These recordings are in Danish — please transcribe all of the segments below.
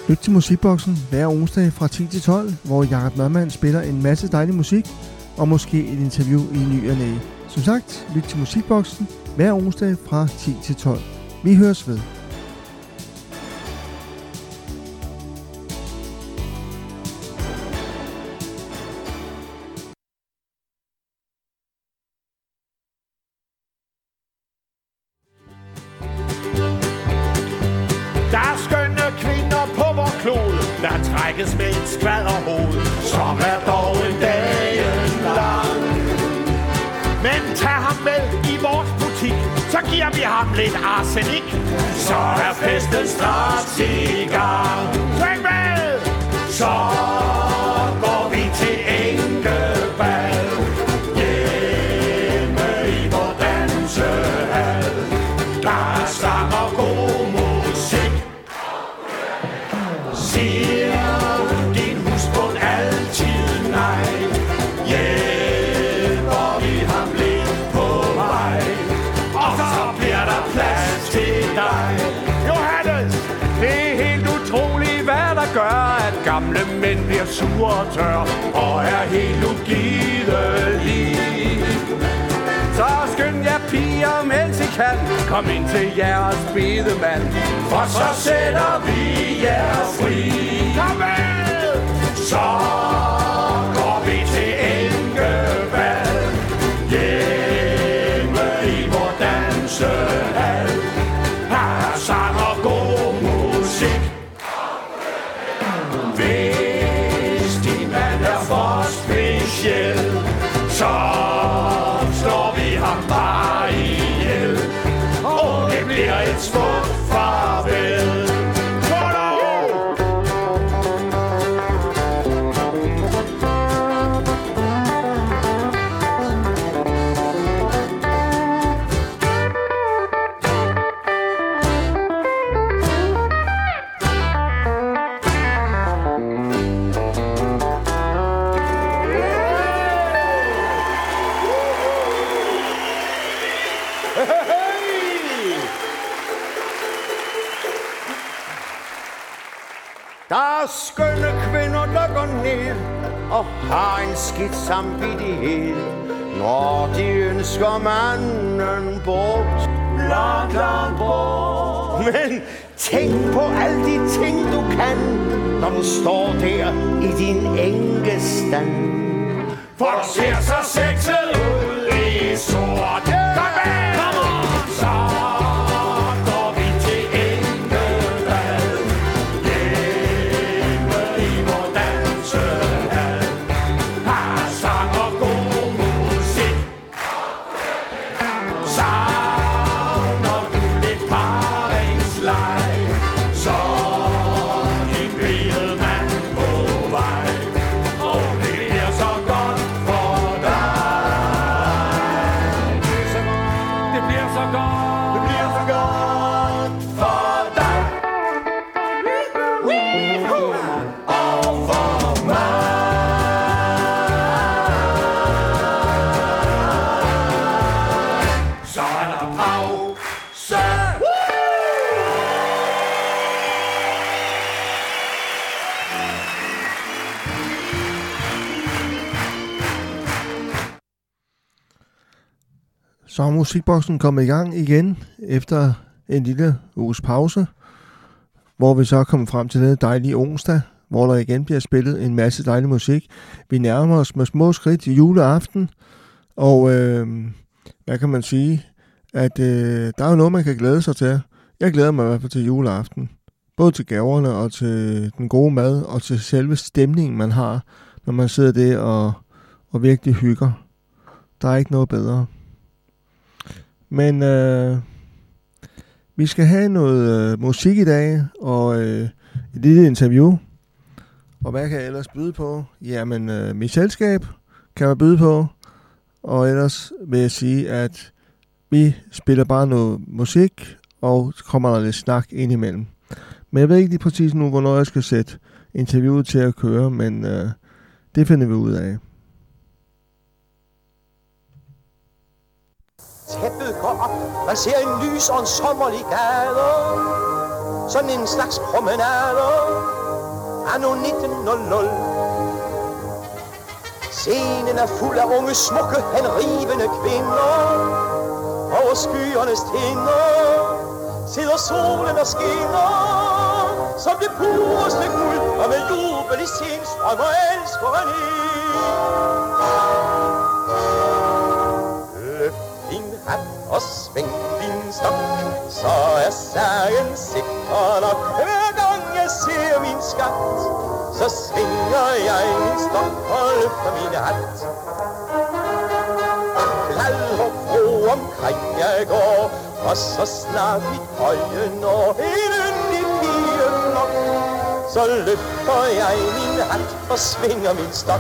Lyt til Musikboxen hver onsdag fra 10 til 12, hvor Jakob Nørmann spiller en masse dejlig musik og måske et interview i ny og næ. Som sagt, lyt til Musikboxen hver onsdag fra 10 til 12. Vi høres ved. Der er skønne kvinder på vor klode, der trækkes med et skvalderhoved, som er dog en dagen lang. Men tag ham med i vores butik, så giver vi ham lidt arsenik, så er festen straks i gang. Sving med! Så går vi til Enkebal, hjemme i vor dansehal. Der er sang og god musik. Siger din husbund altid nej, hjælper vi ham lidt på vej, og så bliver der plads til dig. Johannes, det er helt utroligt, hvad der gør, at gamle mænd bliver sure og tørre og er helt ugidelige. Så skynd jer piger, mens I kan, kom ind til jeres bedemand, for så sætter vi jer fri. Kom med! Så går vi til Enkebal, hjemme i vor dansehal. Her er sang og god musik. Hvis din mand er for speciel, så slår vi ham bare ihjel, og det bliver et smukt farvel. Der er skønne kvinder, der går ned og har en skidt samvittighed, når de ønsker manden bort. Langt, langt bort. Men tænk på alle de ting, du kan, når du står der i din enkestand. For du ser så sexet ud i sort. Kom med! Kom on! Så går vi til Enkebal, hjemme i vor dansehal. Her er sang og god musik. Savner du lidt paringsleg, så din bedemand på vej, og det bliver så godt for dig. Det bliver så godt, det bliver så godt for dig. Og for mig. Så er der pause. Så er Musikboxen kommet i gang igen efter en lille uges pause, hvor vi så er kommet frem til den dejlige onsdag, hvor der igen bliver spillet en masse dejlig musik. Vi nærmer os med små skridt til juleaften, og hvad kan man sige, at der er jo noget, man kan glæde sig til. Jeg glæder mig i hvert fald til juleaften. Både til gaverne og til den gode mad og til selve stemningen, man har, når man sidder der og virkelig hygger. Der er ikke noget bedre. Men vi skal have noget musik i dag, og et lille interview. Og hvad kan jeg ellers byde på? Jamen, mit selskab kan jeg byde på. Og ellers vil jeg sige, at vi spiller bare noget musik, og så kommer der lidt snak ind imellem. Men jeg ved ikke lige præcis nu, hvornår jeg skal sætte interviewet til at køre, men det finder vi ud af. Tæppet går op, man ser en lys og en sommerlig gade, sådan en slags promenade. anno 1900. Scenen er fuld af unge, smukke, henrivende kvinder. Over skyernes tinder sidder solen og skinner som det pureste guld, og med jubel i sin strømmer elskeren ind. Løft din hat og sving din stok, så er sagen sikker nok. Hver gang jeg ser min skat, så svinger jeg min stok og løfter min hat. Glad og fro omkring jeg går, og så snart mit øje når en yndig pigeflok, så løfter jeg min hat og svinger min stok.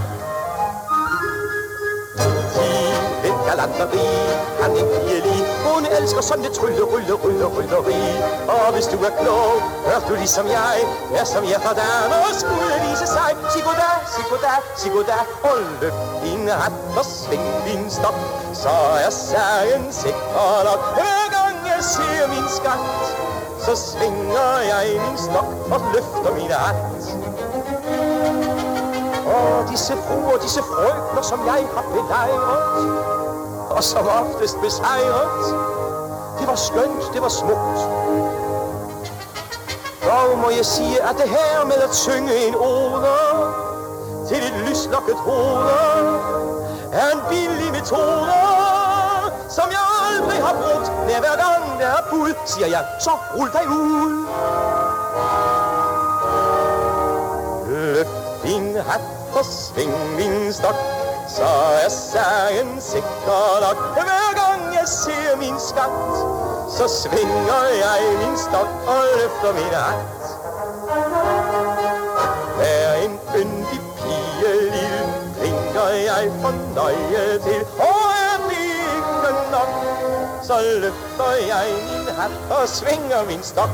Lidt galanteri, han en pigelig, hun elsker sådan et trylleri. Og hvis du er klog, hør du ligesom jeg, som hjerterdam og skulle vise sig. Sig goddag, sig goddag, sig goddag, og løft din hat og sving din stok, så er sagen sikker nok. Hver gang jeg ser min skat, så svinger jeg min stok og løfter min hat. Og disse fruer, disse frøkner, som jeg har belejret, og som oftest besejret, det var skønt, det var smukt. Dog må jeg sige, at det her med at synge en oder til et lyslokket hoved er en billig metode, som jeg aldrig har brugt. Nær hver gang der er bud, siger jeg, så rul dig ud. Løft din hat og sving min stok, så er sagen sikker nok. Hver gang jeg ser min skat, så svinger jeg min stok og løfter min hat. Vær en yndig pige lille, blinker jeg fornøje til. Og er det ikke nok, så løfter jeg min hat og svinger min stok.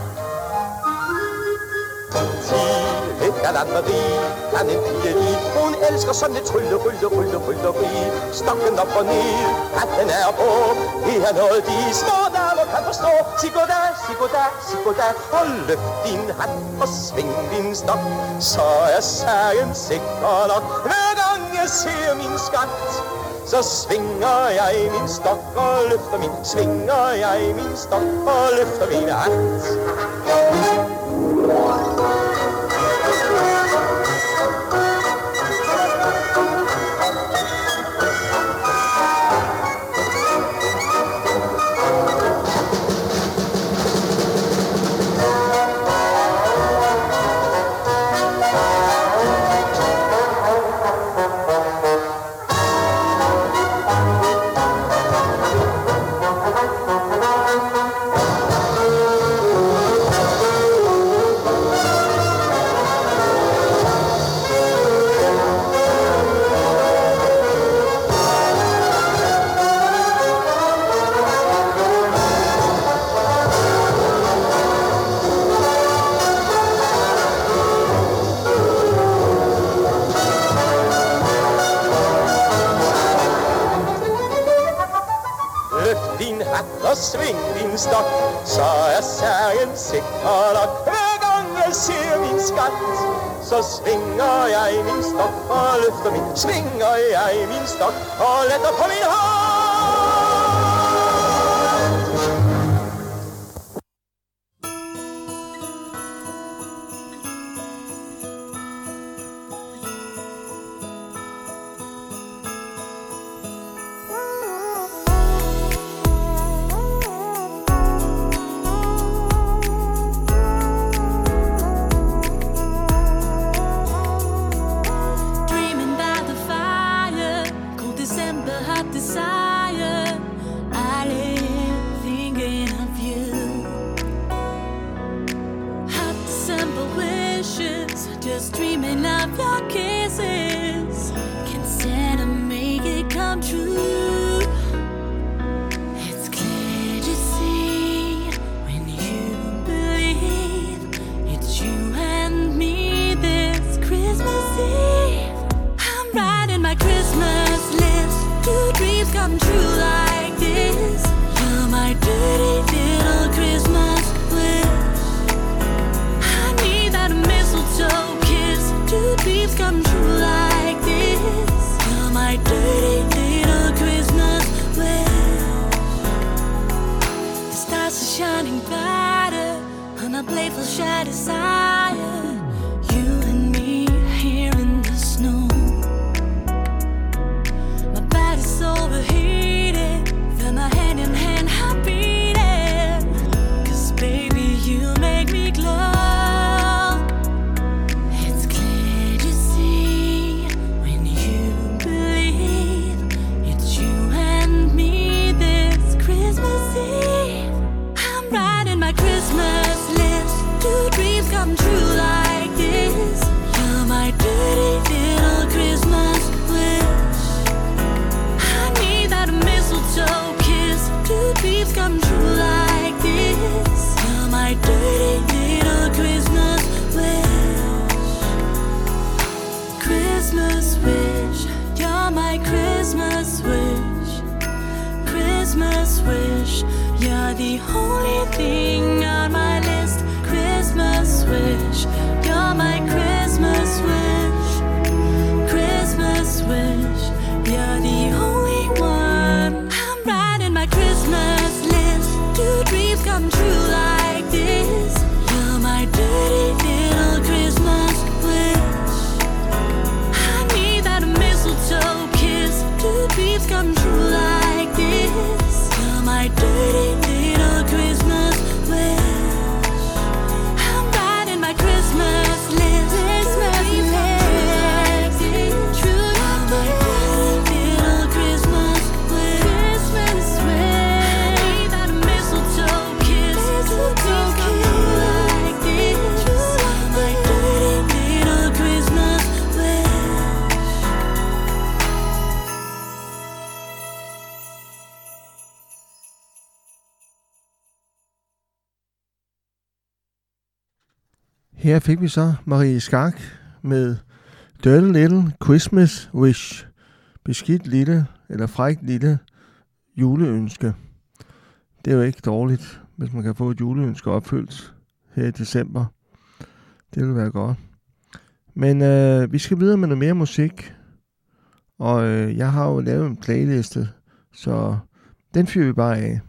Lidt galanteri, han en pigelig, hun elsker sådan et trylleri. Stokken op og ned, hatten er på, det er noget de små damer kan forstå. Sig goddag, sig goddag, sig goddag, og løft din hat og sving din stok, så er sagen sikker nok. Hver gang jeg ser min skat, så svinger jeg min stok og løfter min, svinger jeg min stok og løfter min hat. Sving din stok, så er sagen sikker nok. Hver gang jeg ser min skat, så svinger jeg min stok og løfter min, svinger jeg min stok og letter på min hånd. Kiss playful shy desire. You and me here in the snow. My body's overheated, feel my hand in hand, heart beating. 'Cause baby, you make me glow. It's clear to see when you believe it's you and me this Christmas Eve. I'm writing my Christmas list. Do dreams come true like this? You're my dirty little Christmas wish. I need that mistletoe kiss. Do dreams come true like this? You're my dirty little Christmas wish. Christmas wish. You're my Christmas wish. Christmas wish. You're the only thing on my list. Christmas wish. You're my Christmas wish. Christmas wish. You're the only one. I'm writing my Christmas list. Do dreams come true like this? You're my dirty little Christmas wish. I need that mistletoe kiss. Do dreams come true like this? You're my dirty little Christmas wish. I'm writing my Christmas list. Christmas list. True, you're my dirty little Christmas wish. Christmas wish. I need that mistletoe kiss. Do dreams come true like this? You're my dirty little Christmas wish. Her fik vi så Marie Skak med Dirty Little Christmas Wish. Beskidt lille, eller frækt lille juleønske. Det er jo ikke dårligt, hvis man kan få et juleønske opfyldt her i december. Det vil være godt. Men vi skal videre med noget mere musik. Og jeg har jo lavet en playliste, så den fyrer vi bare af.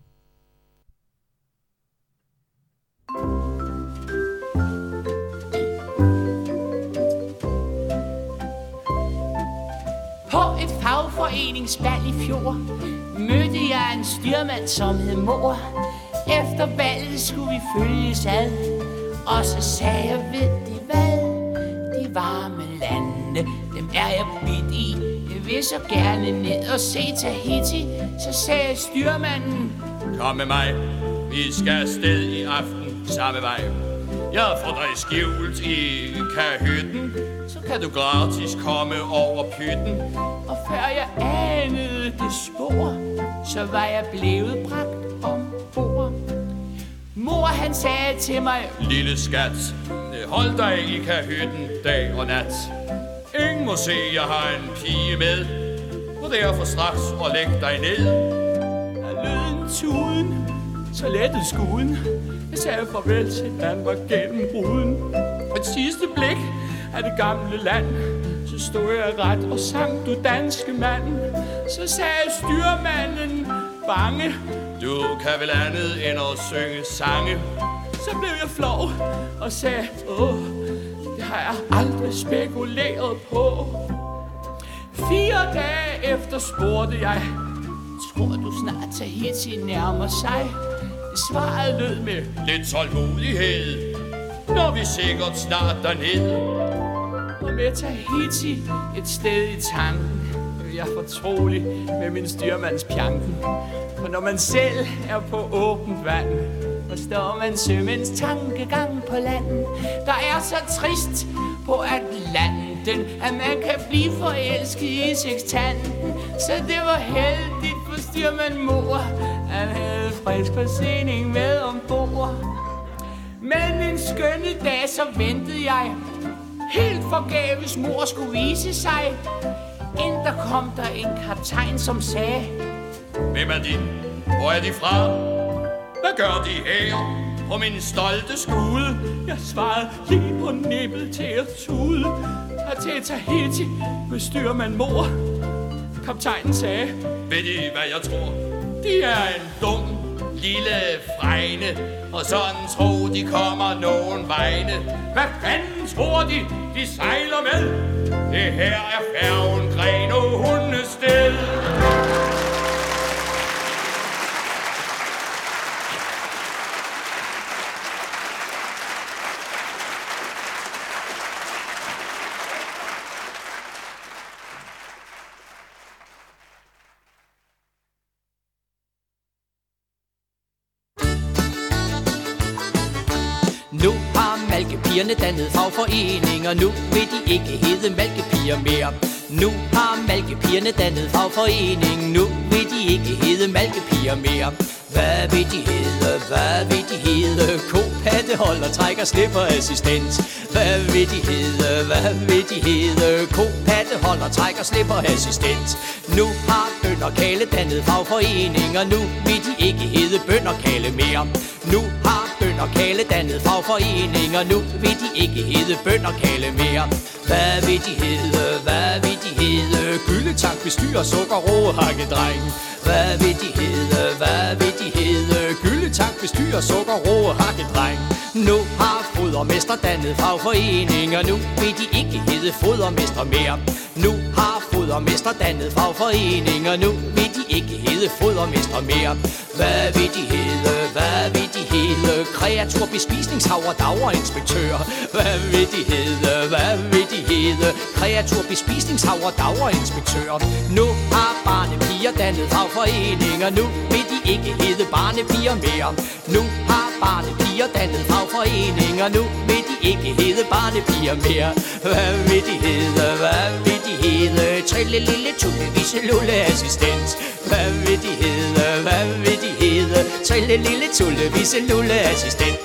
På et fagforeningsbal i fjor mødte jeg en styrmand, som hed Mor. Efter ballet skulle vi følges ad, og så sagde jeg, ved de hvad? De varme lande, dem er jeg bidt i. Jeg vil så gerne ned og se Tahiti. Så sagde styrmanden, kom med mig, vi skal afsted i aften samme vej. Jeg får dig skjult i kahytten, så kan du gratis komme over pytten. og før jeg anede det spor, så var jeg blevet bragt ombord. Mor han sagde til mig, lille skat, hold dig i kahytten dag og nat. Ingen må se, jeg har en pige med, og derfor straks og læg dig ned. Der lød en tuden, så lettede skuden. Jeg sagde farvel til Danmark gennem ruden. Et sidste blik af det gamle land, så stod jeg ret og sang, du danske mand. Så sagde styrmanden bange, du kan vel andet end at synge sange. Så blev jeg flov og sagde, det har jeg aldrig spekuleret på. 4 dage efter spurgte jeg, tror du snart Tahiti nærmer sig? Svaret lød med lidt tålmodighed, når vi sikkert snart derned. Og med Tahiti et sted i tanken, jeg er fortrolig med min styrmandspjanken. For når man selv er på åbent vand, forstår man sømænds tankegang på landet. Der er så trist på Atlanten, at man kan blive forelsket i sekstanten. Så det var heldigt for styrmand Mor, han havde frisk forsening med ombord. Men en skønne dag så ventede jeg, helt forgæves Mor skulle vise sig. Inden der kom der en kaptajn, som sagde, hvem er de? Hvor er de fra? Hvad gør de her på min stolte skude? Jeg svarede lige på nippet til at tude. Og til Tahiti med styrmand Mor. Kaptajnen sagde, ved de hvad jeg tror? De er en dum lille fregne, og sådan tror de kommer nogen vegne. Hvad fanden tror de sejler med? Det her er færgen Grenaa Hundested. Nu har malkepigerne dannet fagforeninger, nu vil de ikke hedde malkepiger mere. Nu har malkepigerne dannet fagforening, nu vil de ikke hedde malkepiger mere. Hvad vil de hedde, hvad vil de hedde? Kopatteholder, trækker, slipper, assistent. Hvad vil de hedde, hvad vil de hedde? Kopatteholder, trækker, slipper, assistent. Nu har bønderkale dannet fagforeninger, nu vil de ikke hedde bønderkale mere. Nu har bønderkale dannet fagforeninger, nu vil de ikke hedde bønderkale mere. Hvad vil de hedde, hvad vil de hedde? Gyldetank, bestyrer, sukker, roehakkedreng. Hvad vil de hedde, hvad vil de hedde? Gyldetank, bestyrer, sukker, roehakkedreng. Nu har fodermester dannet fagforeninger, nu vil de ikke hedde fodermester mere. Nu har fodermester dannet fagforeninger, nu vil de ikke hedde fodermester mere. Hvad vil de hedde, hvad vil de hedde? Kreatur, bespisningshavre, dagerinspektør. Hvad vil de hedde, hvad vil de hedde? Kreatur, bespisningshavre, dagerinspektør. Nu har barnepiger dannet fagforeninger, nu vil de ikke hedde barnepiger mere. Nu har barnepiger dannet fagforeninger, nu vil de ikke hedde barnepiger mere. Hvad vil de hedde, hvad vil de hedde? Trille lille tulle, visse lulle assistent. Hvad vil de hedde, hvad vil de hedde? Trille lille tulle, visse lulle assistent.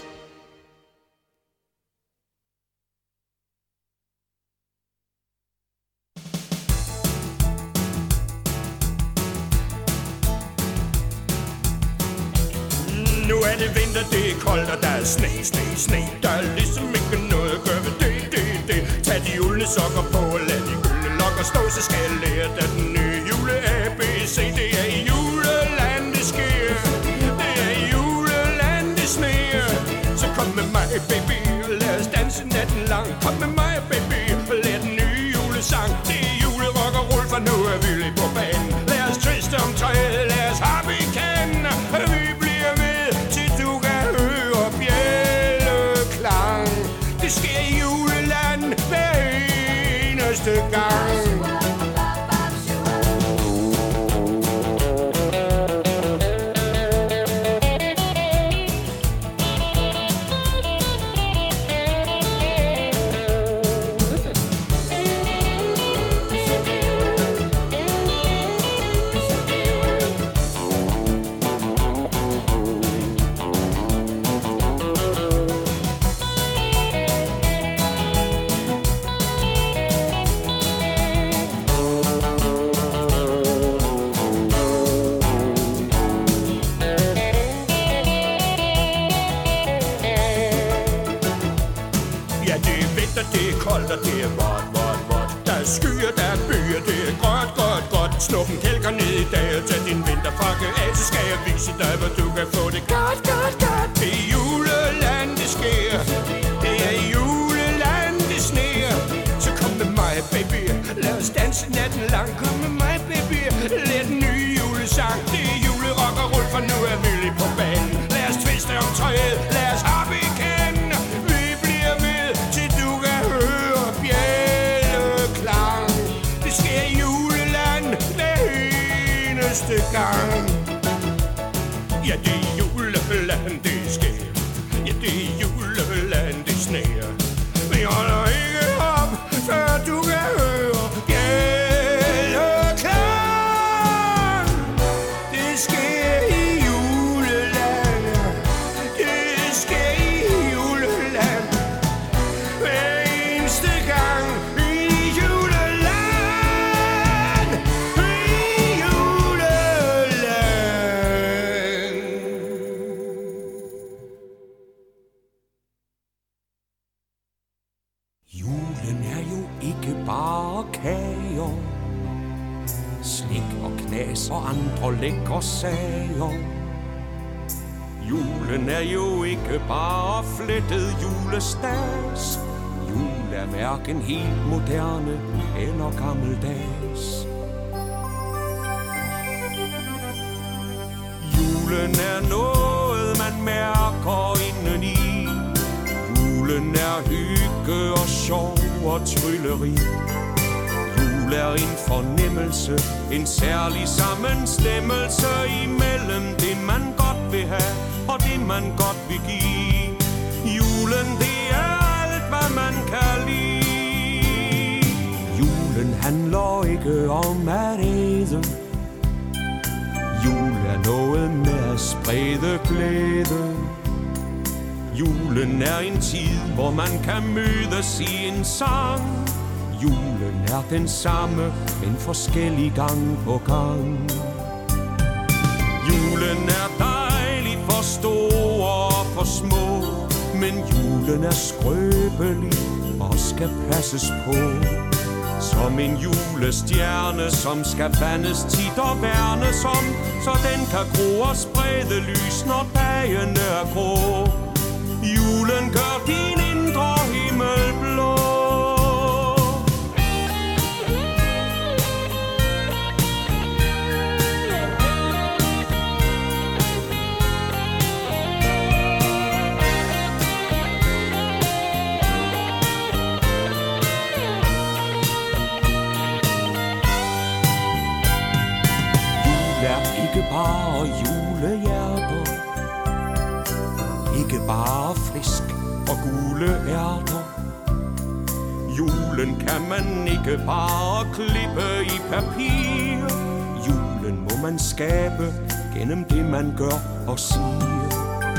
Nu er det vinter, det er koldt, og der er sne, sne, sne. Der er ligesom ikke noget at gøre ved det. Tag de uldne sokker på og lad de gyldne lokker stå, så skal jeg lære dig den nye jule ABC. Det er i juleland, det sker. Det er i juleland, det sneer. Så kom med mig, baby, og lad os danse natten lang. Kom med mig, baby, og lad den nye julesang. Det er julerock og rull, for nu er vi lidt på banen. Lad os triste om træet, lad os hoppe i kanden. Vi bliver ved, til du kan høre bjælleklang. Det sker i juleland hver eneste gang. Det er vådt. Der er skyer, der er byer, det er godt. Snuppen kælker ned i dag og tag din vinterfrakke af, så skal jeg vise dig, hvor du kan få det godt. Det er juleland, det sker. Det er juleland, det sneer. Så kom med mig, baby, lad os danse natten lang. Kom med mig, baby, lad den nye julesang. Det er julerock og rull, for nu er vi lige på banen. Lad os twiste om tøjet, lad os hoppe i kanden. Vi bliver ved, til du kan høre bjælleklang. Det sker i juleland hver eneste gang. Ja, det er juleland, det sker. Ja, det er juleland, det sneer. Vi holder ikke op, før du kan høre bjælleklang. Det sker i juleland. Det sker i juleland hver eneste gang. I juleland. I juleland. Julen er jo ikke bare kager, slik og knas og andre lækre sager. Julen er jo ikke bare flettet julestads. Jul er hverken helt moderne eller gammeldags. Julen er noget, man mærker indeni. Julen er hygge og sjov og trylleri. Jul er en fornemmelse, en særlig sammenstemmelse imellem det, man godt vil have og det, man godt vil give. Julen, det er alt, hvad man kan lide. Julen handler ikke om at æde. Jul er noget med at sprede glæde. Julen er en tid, hvor man kan mødes i en sang. Julen er den samme, men forskellig gang på gang. Julen er dejlig for store og for små, men julen er skrøbelig og skal passes på. Som en julestjerne, som skal vandes tit og værnes om, så den kan gro og sprede lys, når dagene er grå. Julen gør din indre himmel blå. Ikke bare julehjerter, ikke bare frisk og gule ærter. Julen kan man ikke bare klippe i papir. Julen må man skabe gennem det man gør og siger.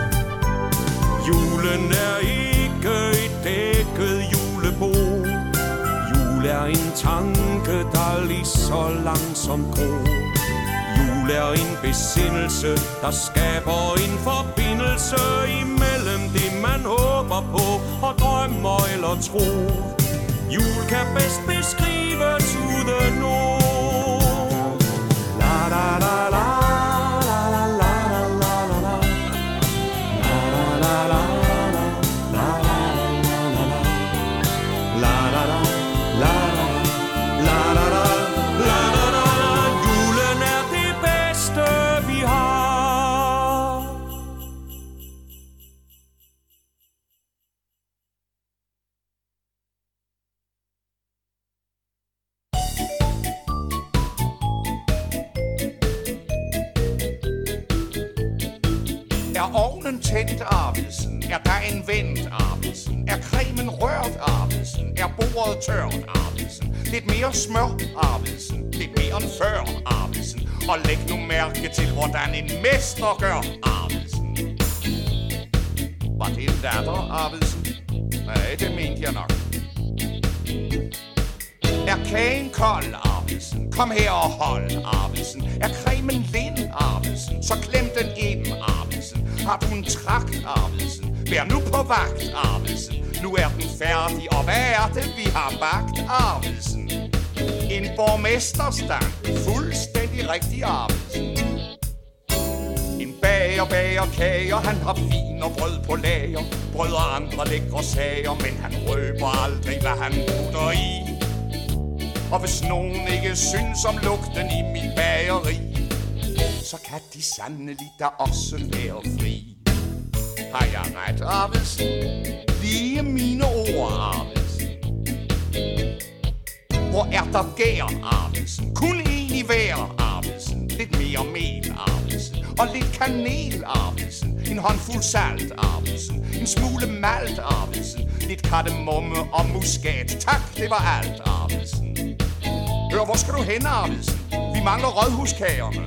Julen er ikke et dækket julebord. Jul er en tanke, der lige så langsomt gror. Jul er en besindelse, der skaber en forbindelse imellem det, man håber på og drømmer eller tror. Jul kan bedst beskrives uden ord. La la la la. Tændt, Arvidsen? Er dejen vendt, Arvidsen? Er cremen rørt, Arvidsen? Er bordet tørt, Arvidsen? Lidt mere smør, Arvidsen? Lidt mere end før, Arvidsen? Og læg nu mærke til, hvordan en mester gør, Arvidsen. Var det en datter, Arvidsen? Nej, det mente jeg nok. Er kagen kold, Arvidsen? Kom her og hold, Arvidsen. Er cremen lind, Arvidsen? Så klem den ind, Arvidsen. Har du en trakt, Arvidsen? Vær nu på vagt, Arvidsen. Nu er den færdig, og hvad er det, vi har bagt, Arvidsen? En borgmesterstand, fuldstændig rigtig, Arvidsen. En bager bager kager, han har vin og brød på lager. Brød og andre lækre sager, men han røber aldrig, hvad han putter i. Og hvis nogen ikke synes om lugten i mit bageri, så kan de sandelig da også være fri. Har jeg ret, Arvidsen? Lige mine ord, Arvidsen. Hvor er der gær, Arvidsen? Kun en i hver, Arvidsen. Lidt mere mel, Arvidsen. Og lidt kanel, Arvidsen. En håndfuld salt, Arvidsen. En smule malt, Arvidsen. Lidt kardemomme og muskat. Tak, det var alt, Arvidsen. Hør, hvor skal du hen, Arvidsen? Vi mangler rådhuskagerne.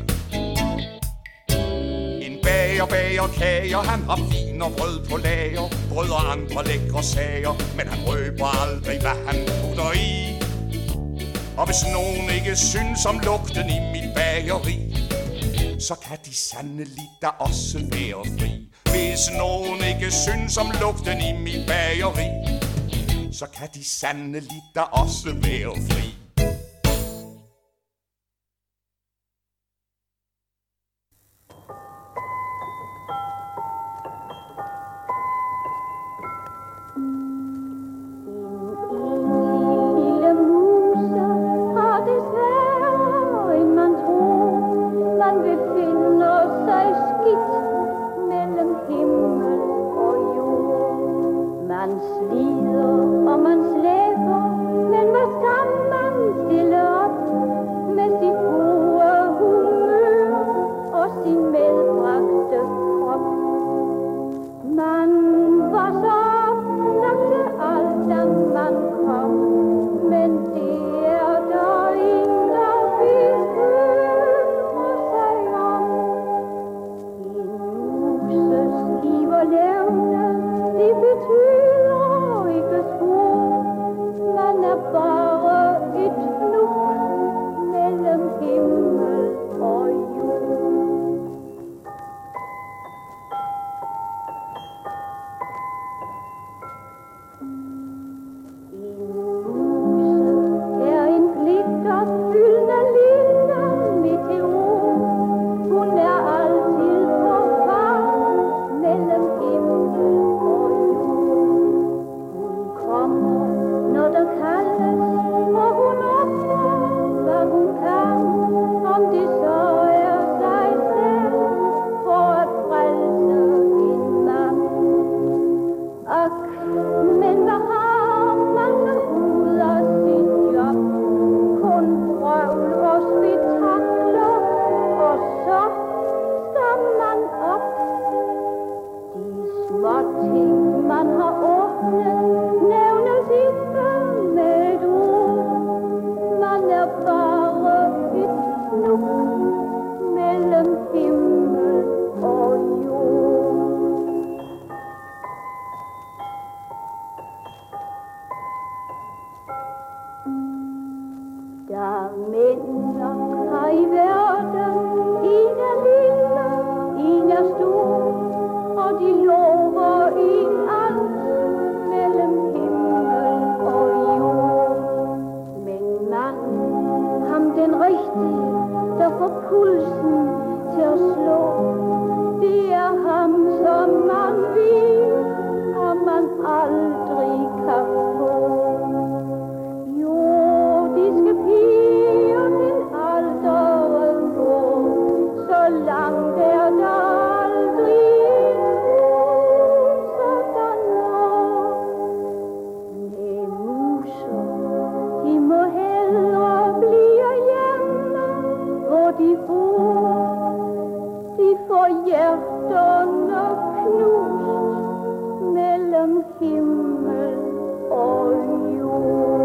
En bager kager, han har vin og brød på lager. Brød og andre lækre sager, men han røber aldrig, hvad han putter i. Og hvis nogen ikke synes om lugten i mit bageri, så kan de sandelig da også være fri. Hvis nogen ikke synes om lugten i mit bageri, så kan de sandelig da også være fri. Man slider og man slæber, men hvad skal man stille op med sit gode humør og sin medbragte krop? Man var så oplagt til alt, da man kom, men det er der ingen, der bekymrer sig om. En muses iverlevne, det betyder ikke spor. Man er bare et fnug mellem himmel og jord. Er en pligtopfyldende lille meteor. Hun er altid på fart mellem himmel og jord. Hun kommer, når der kaldes, og hun offrer, hvad hun kan, om det så er sig selv, for at frelse en mand. Ak, men hvad har man ud af sit job? Kun vrøvl og spektakler, og så står man op. De små ting, man har ordnet, nævnes ikke med et ord. Man er bare et fnug mellem himmel og jord. Der mennesker har i verden, en er lille, en er stor, og de lover en alt mellem himmel og jord. Men manden, ham den rigtige, der får pulsen til at slå, det er ham, som man vil, og man aldrig kan få. Jo, de skal piger til alderen gå, så langt er der aldrig en muser, der når. Nej, muser, de må hellere blive hjemme, hvor de bor. De får hjerterne knust mellem himmel og jord.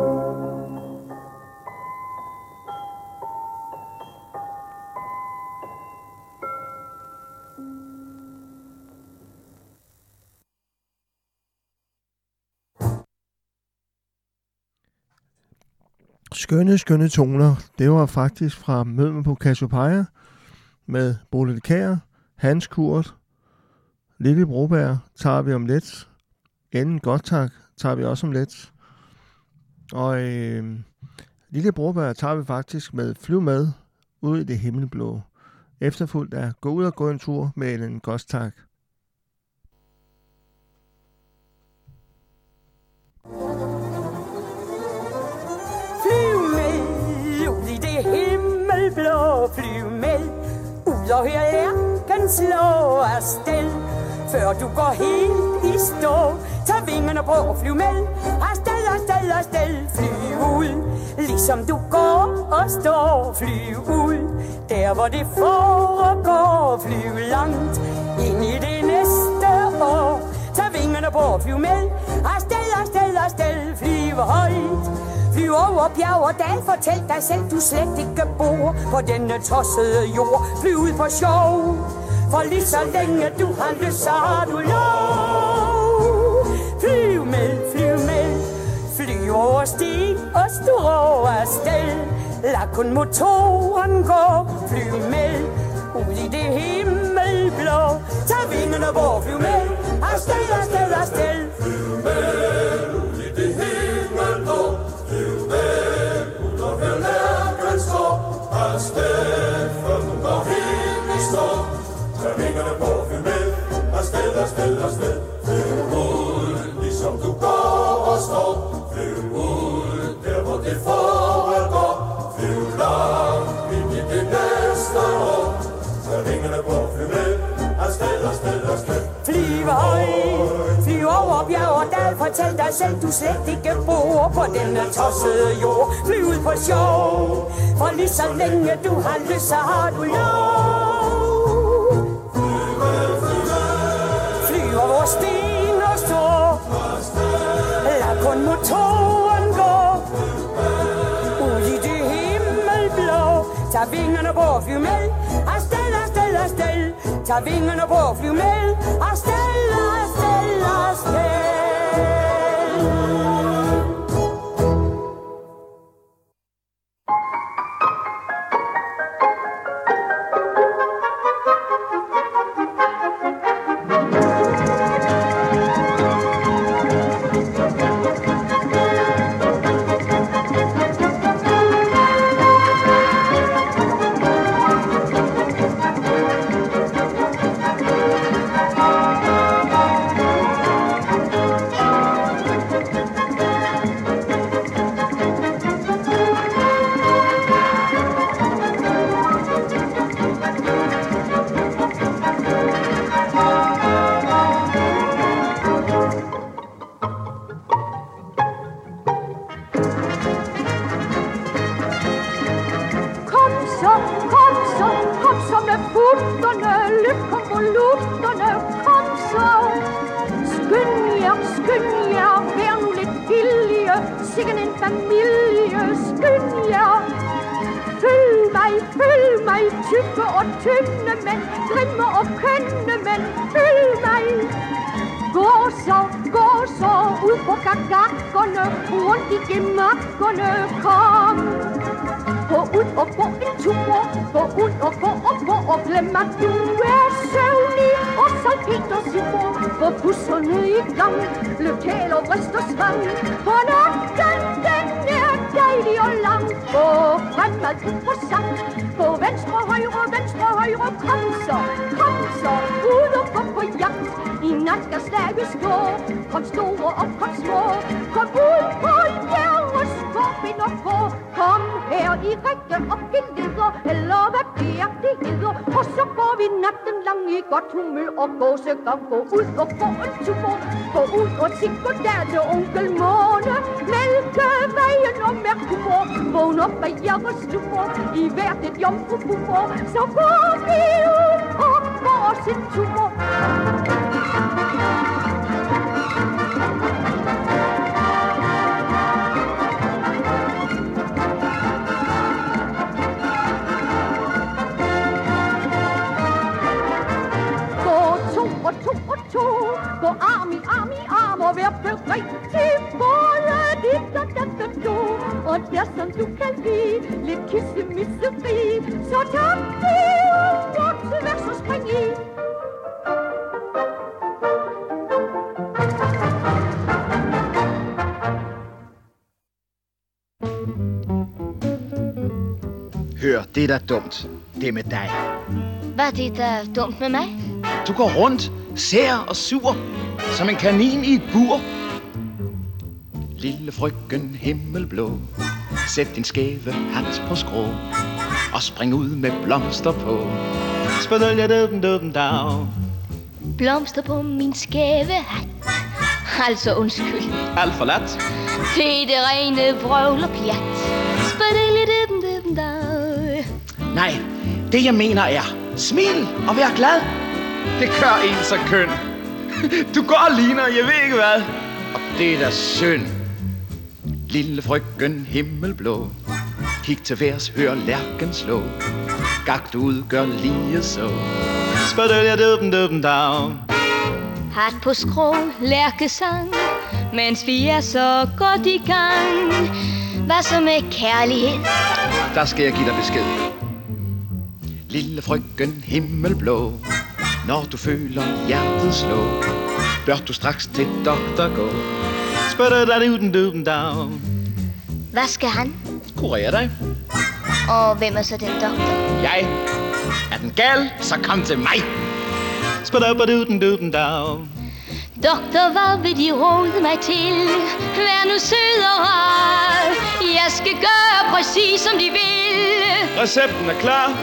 Skønne, skønne toner. Det var faktisk fra Møden på Cassiopeia med Bodil Kjær, Hans Kurt, Lille Broberg tager vi om lidt. Enden godt tak tager vi også om lidt. Og Lille Broberg tager vi faktisk med Flyv med ud i det himmelblå. Efterfulgt af Gå ud og gå en tur med Ellen Gostak. Flyv med ud i det himmelblå. Flyv med ud og hør lærken slå afsted. Før du går helt i stå, tag vingerne på og flyv med. Afsted, afsted, afsted. Flyv ud, ligesom du går og står. Flyv ud, der hvor det foregår. Flyv langt ind i det næste år. Tag vingerne på og flyv med. Afsted, afsted, afsted. Flyv højt, flyv over bjerg og dal. Fortæl dig selv, du slet ikke bor på denne tossede jord. Flyv ud på sjov, for lige så længe du har lyst, så har du lov. Flyv med, flyv med. Flyv over sti og strå afsted. Lad kun motoren gå. Flyv med ud i det himmelblå. Tag vingerne på, flyv med. Afsted, afsted, afsted. Flyv med ud i det himmelblå. Flyv med ud og hør lærken slå. Afsted, før du går helt i stå. Tag vingerne på, flyv med. Afsted, afsted, afsted. Flyv ud, ligesom du går og står. Flyv ud, der hvor det foregår. Flyv langt ind i det næste år. Tag vingerne på, flyv med. Afsted, afsted, afsted. Flyv højt, flyv Goddag, fortæl dig selv, du slet ikke bor på denne tossede jord. Fly ud på sjov, for lige så længe du har lyst, så har du lov. Flyver vores sten og står, lad kun motoren gå. Ud i det himmelblå, tag vingerne på og flyv med. Afsted, afsted, afsted, tag vingerne på og flyv med. Afsted, afsted, afsted. Gå ud og få en tur, gå ud og sig goddag til onkel Måne. Mælkevejen og Merkur, vågn op af jeres lur, i hvert et jomfrufur. Så går vi ud og får os en tur. Gå arm i arm og vær beredt til både dit og dat og do. Og der som du kan lide lidt kissemisseri, så tak det ud til værs og spring i. Hør, det er da dumt. Det er med dig. Hvad er det, der er dumt med mig? Du går rundt, sær og sur, som en kanin i et bur. Lille frøken himmelblå, sæt din skæve hat på skrå, og spring ud med blomster på. Blomster på min skæve hat. Altså undskyld. Alt for lat. Det er det rene vrøvl og pjat. Nej, det jeg mener er, smil og vær glad. Det gør en så køn. Du går og ligner, jeg ved ikke hvad. Og det er da synd. Lille frøken himmelblå, kig til værs, hør lærken slå. Gak du ud, gør lige så. Hat på skrå, lærkesang, mens vi er så godt i gang. Hvad så med kærlighed? Der skal jeg give dig besked. Lille frøken himmelblå, når du føler hjertet slå, bør du straks til doktor gå. Hvad skal han? Kurere dig. Og hvem er så den doktor? Jeg. Er den gal, så kom til mig. Doktor, hvad vil de råde mig til? Vær nu sød og rar. Jeg skal gøre præcis som de vil. Recepten er klar.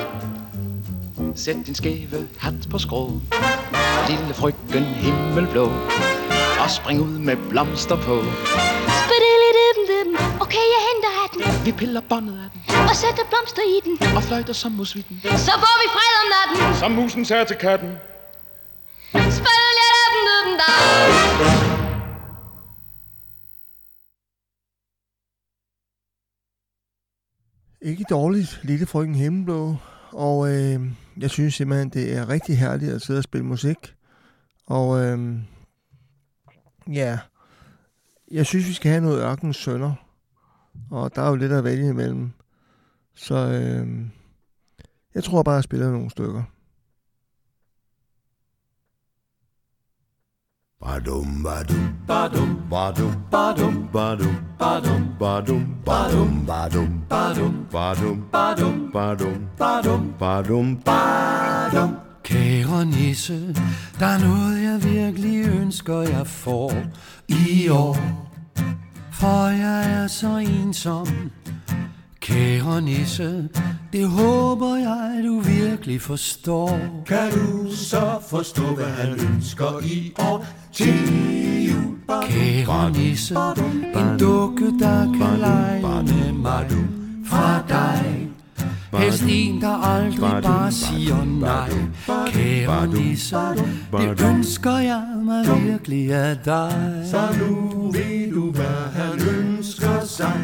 Sæt din skæve hat på skrå, lille frøken himmelblå. og spring ud med blomster på. Okay, jeg henter hatten. Vi piller båndet af den og sætter blomster i den og fløjter som musvitten. Så får vi fred om natten, som musen sagde til katten. Ikke dårligt, Lille Frøken Himmelblå. Og jeg synes simpelthen, det er rigtig herligt at sidde og spille musik. Og ja, jeg synes, vi skal have noget Ørkenens Sønner. Og der er jo lidt at vælge imellem. Så jeg tror bare, jeg spiller nogle stykker. Badum badum badum badum badum badum badum badum badum badum badum badum badum badum badum badum badum. Kære nisse, der er noget jeg virkelig ønsker jeg får i år, for jeg er så ensom. Kære nisse, det håber jeg du virkelig forstår. Kan du så forstå hvad han ønsker i år til jul? Kære nisse, en dukke der kan lege med mig fra dig. Helst en der aldrig bare siger nej. Kære nisse, det ønsker jeg mig virkelig af dig. Så nu ved du hvad han ønsker sig.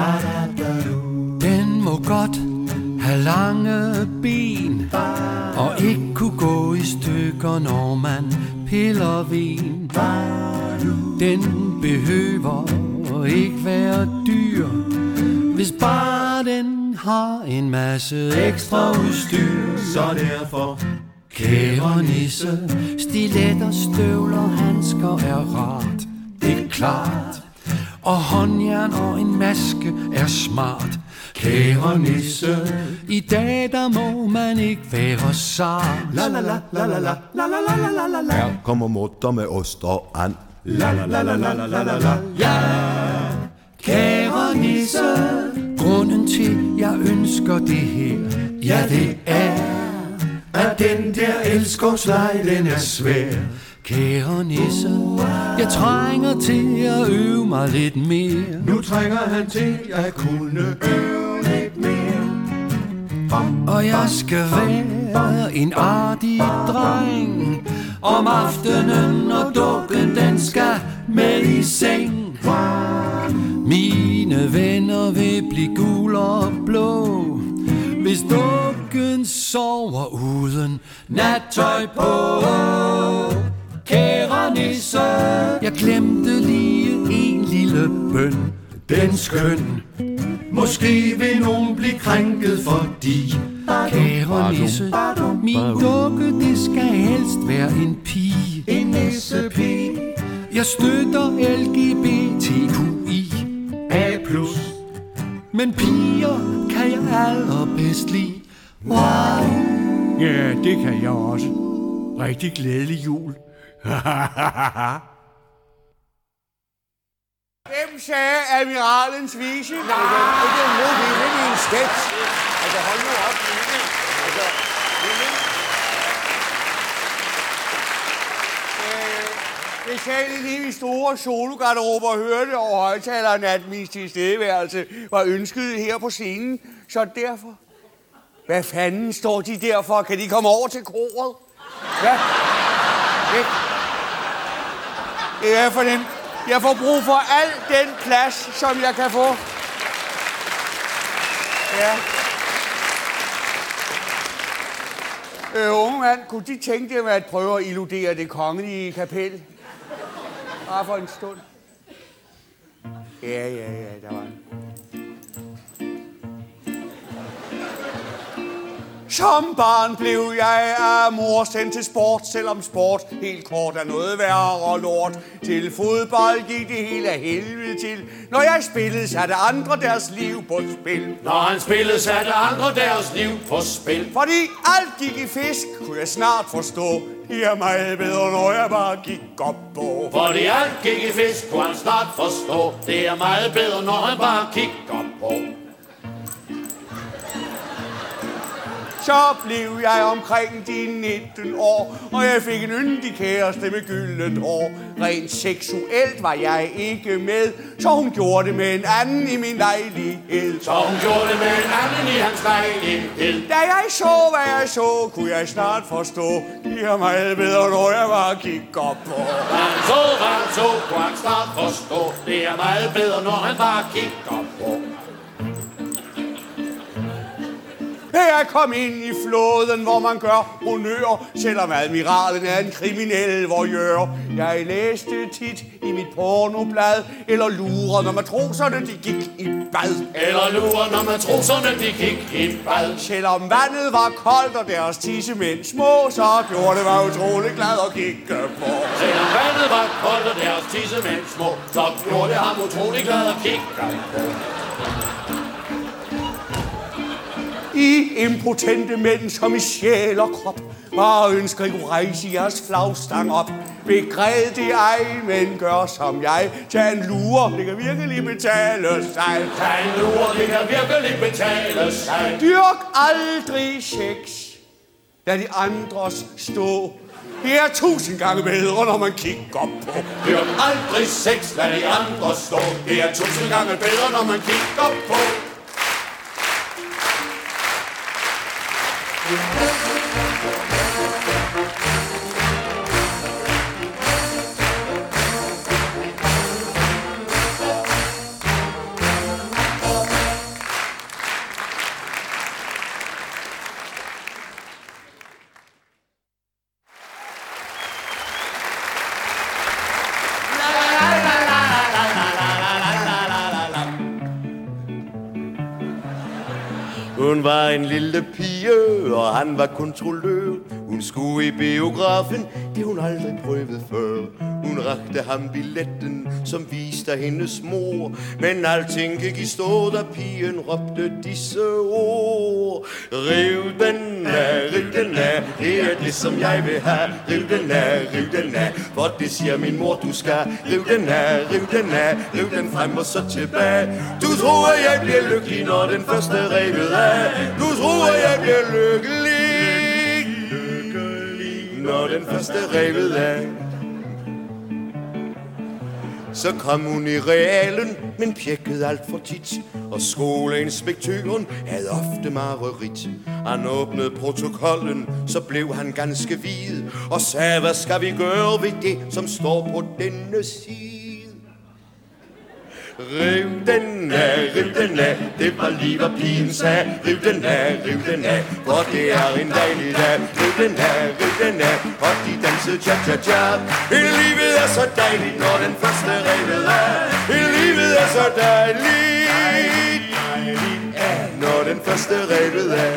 Den må godt have lange ben og ikke kunne gå i stykker når man piller ved. Den behøver ikke være dyr, hvis bare den har en masse ekstra udstyr. Så derfor, kære nisse, stiletter, støvler, handsker er rart, det er klart. Og håndjern og en maske er smart. Kære nisse, i dag der må man ikke være sart. La la la la la la la la la la la. Her kommer mutter med ost og and. La la la la la la la la. Ja, kære nisse, grunden til jeg ønsker det her, ja det er, at den der elskovsleg den er svær. Kære nisse, jeg trænger til at øve mig lidt mere. Nu trænger han til at kunne øve lidt mere. Og jeg skal være en artig dreng om aftenen, når dukken den skal med i seng. Mine venner vil blive gul og blå, hvis dukken sover uden nattøj på. Kære nisse, jeg glemte lige en lille bøn. Den skøn, måske vil nogen blive krænket fordi. Kære nisse, min dukke det skal helst være en pige. En nissepige. Jeg støtter LGBTQI A+. Men piger kan jeg allerbedst lide. Wow. Ja, det kan jeg også. Rigtig glædelig jul. Hvem sagde admiralens vise? Nej, ikke nu, vi er lidt i en sketch. Altså, hold nu op. Altså, det sagde lige i store sologarderober hørte over højtalerne, at min tilstedeværelse var ønsket her på scenen. Så derfor... Hvad fanden står de der for? Kan de komme over til koret? Hvad? Det er for dem. Jeg får brug for al den plads, som jeg kan få. Ja. Unge mand, kunne de tænke dem at prøve at illudere det kongelige kapel? Bare for en stund. Ja, der var en. Som barn blev jeg af mor sendt til sport, selvom sport helt kort er noget værre lort. Til fodbold gik det hele af helvede til. Når jeg spillede, satte andre deres liv på spil. Når han spillede, satte andre deres liv på spil. Fordi alt gik i fisk, kunne jeg snart forstå. Det er meget bedre, når jeg bare gik op på. Fordi alt gik i fisk, kunne han snart forstå. Det er meget bedre, når han bare gik op på. Så blev jeg omkring de 19 år, og jeg fik en yndig kæreste med gyldent hår. Rent seksuelt var jeg ikke med, så hun gjorde det med en anden i min lejlighed. Så hun gjorde det med en anden i hans lejlighed. Da jeg så, hvad jeg så, kunne jeg snart forstå, det er meget bedre, når jeg bare kigger på. Hvad han så, kunne han snart forstå, det er meget bedre, når han bare kigger på. Jeg kom ind i floden, hvor man gør honør, selvom admiralen er en kriminel voyeur. Jeg læste tit i mit pornoblad, eller lurer, når matroserne de gik i bad. Eller lurer, når matroserne de gik i bad. Selvom vandet var koldt, og deres tissemænd små, så gjorde det mig utrolig glad at kigge på. Selvom vandet var koldt, og deres tissemænd små, så gjorde det ham utrolig glad at kigge på. I impotente mænd, som i sjæl og krop bare ønsker, I kunne rejse jeres flagstang op. Begræd det ej, men gør som jeg. Tag en lure, det kan virkelig betale sig. Tag en lure, det kan virkelig betale sig. Dyrk aldrig sex, lad de andres stå. Det er 1000 gange bedre, når man kigger på. Dyrk aldrig sex, lad de andres stå. Det er 1000 gange bedre, når man kigger på. Hun var en lille pige, og han var kontrollør. Hun skulle i biografen, det hun aldrig prøvet før. Hun rakte ham billetten, som viste hendes mor. Men alting gik i stå, da pigen råbte disse ord. Riv den af, det er det, som jeg vil have. Riv den af, for det siger min mor, du skal. Riv den af, frem og så tilbage. Du tror, at jeg bliver lykkelig, når den første er revet af. Du tror, at jeg bliver lykkelig, når den første er revet af. Så kom hun i realen, men pjekkede alt for tit. Og skoleinspektøren havde ofte mareridt. Han åbnede protokollen, så blev han ganske hvid og sagde, hvad skal vi gøre ved det, som står på denne side? Riv den af, det var lige hvad pigen sagde. Riv den af, for det er en dejlig dag. Riv den af, og de dansede cha-cha-cha. Hele livet er så dejligt, når den første revet af. Hele livet er så dejligt, når den første revet af.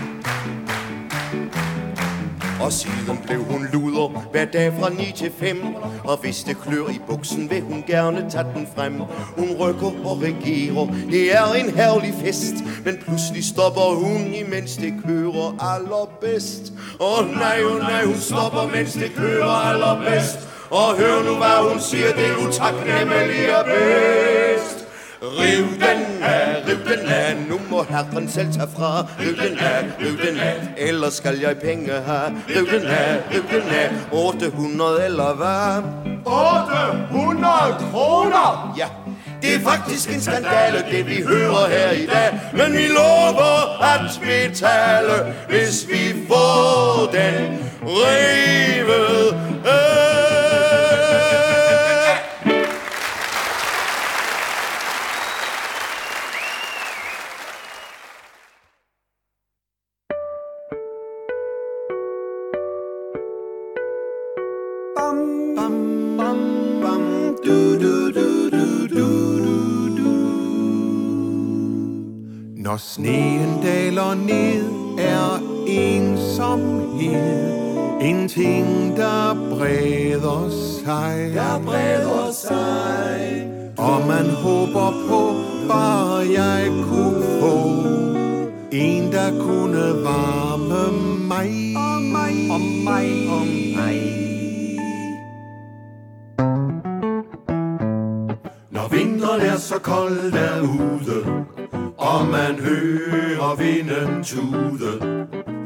Og siden blev hun luder hver dag fra 9 til 5. Og hvis det klør i buksen, vil hun gerne tage den frem. Hun rykker og regerer, det er en herlig fest. Men pludselig stopper hun, imens det kører allerbedst. Nej, hun stopper, mens det kører allerbedst. Og hør nu, hvad hun siger, det er utaknemmeligt og bedst. Riv den af, nu må herren selv tage fra. Riv den af, ellers skal jeg penge have. Riv den af, 800 eller hvad? 800 kroner! Ja, det er faktisk en skandale, det vi hører her i dag. Men vi lover at betale, hvis vi får den revet af. Når sneen daler ned, er ensomhed en ting, der breder sig. Og man håber på, bare jeg kunne få en, der kunne varme mig. Om mig. Når vinteren er så kold derude, og man hører vinden tude,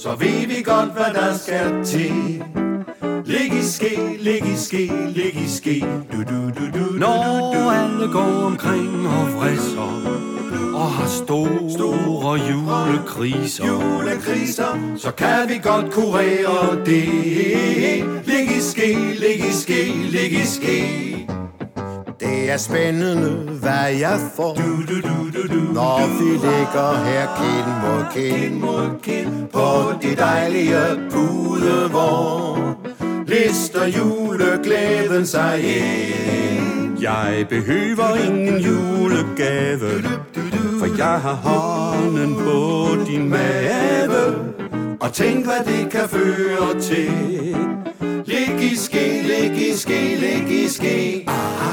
så ved vi godt, hvad der skal til. Lig i ske, lig i ske, lig i ske. Når alle går omkring og vrisser og har store julekriser, så kan vi godt kurere det. Lig i ske, lig i ske, lig i ske. Det er spændende, hvad jeg får, når vi ligger her kind mod kind på de dejlige pudevogn. Lister juleglæden sig ind. Jeg behøver ingen julegave, for jeg har hånden på din mave. Og tænk, hvad det kan føre til. Lig i ske, lig i ske, lig i ske.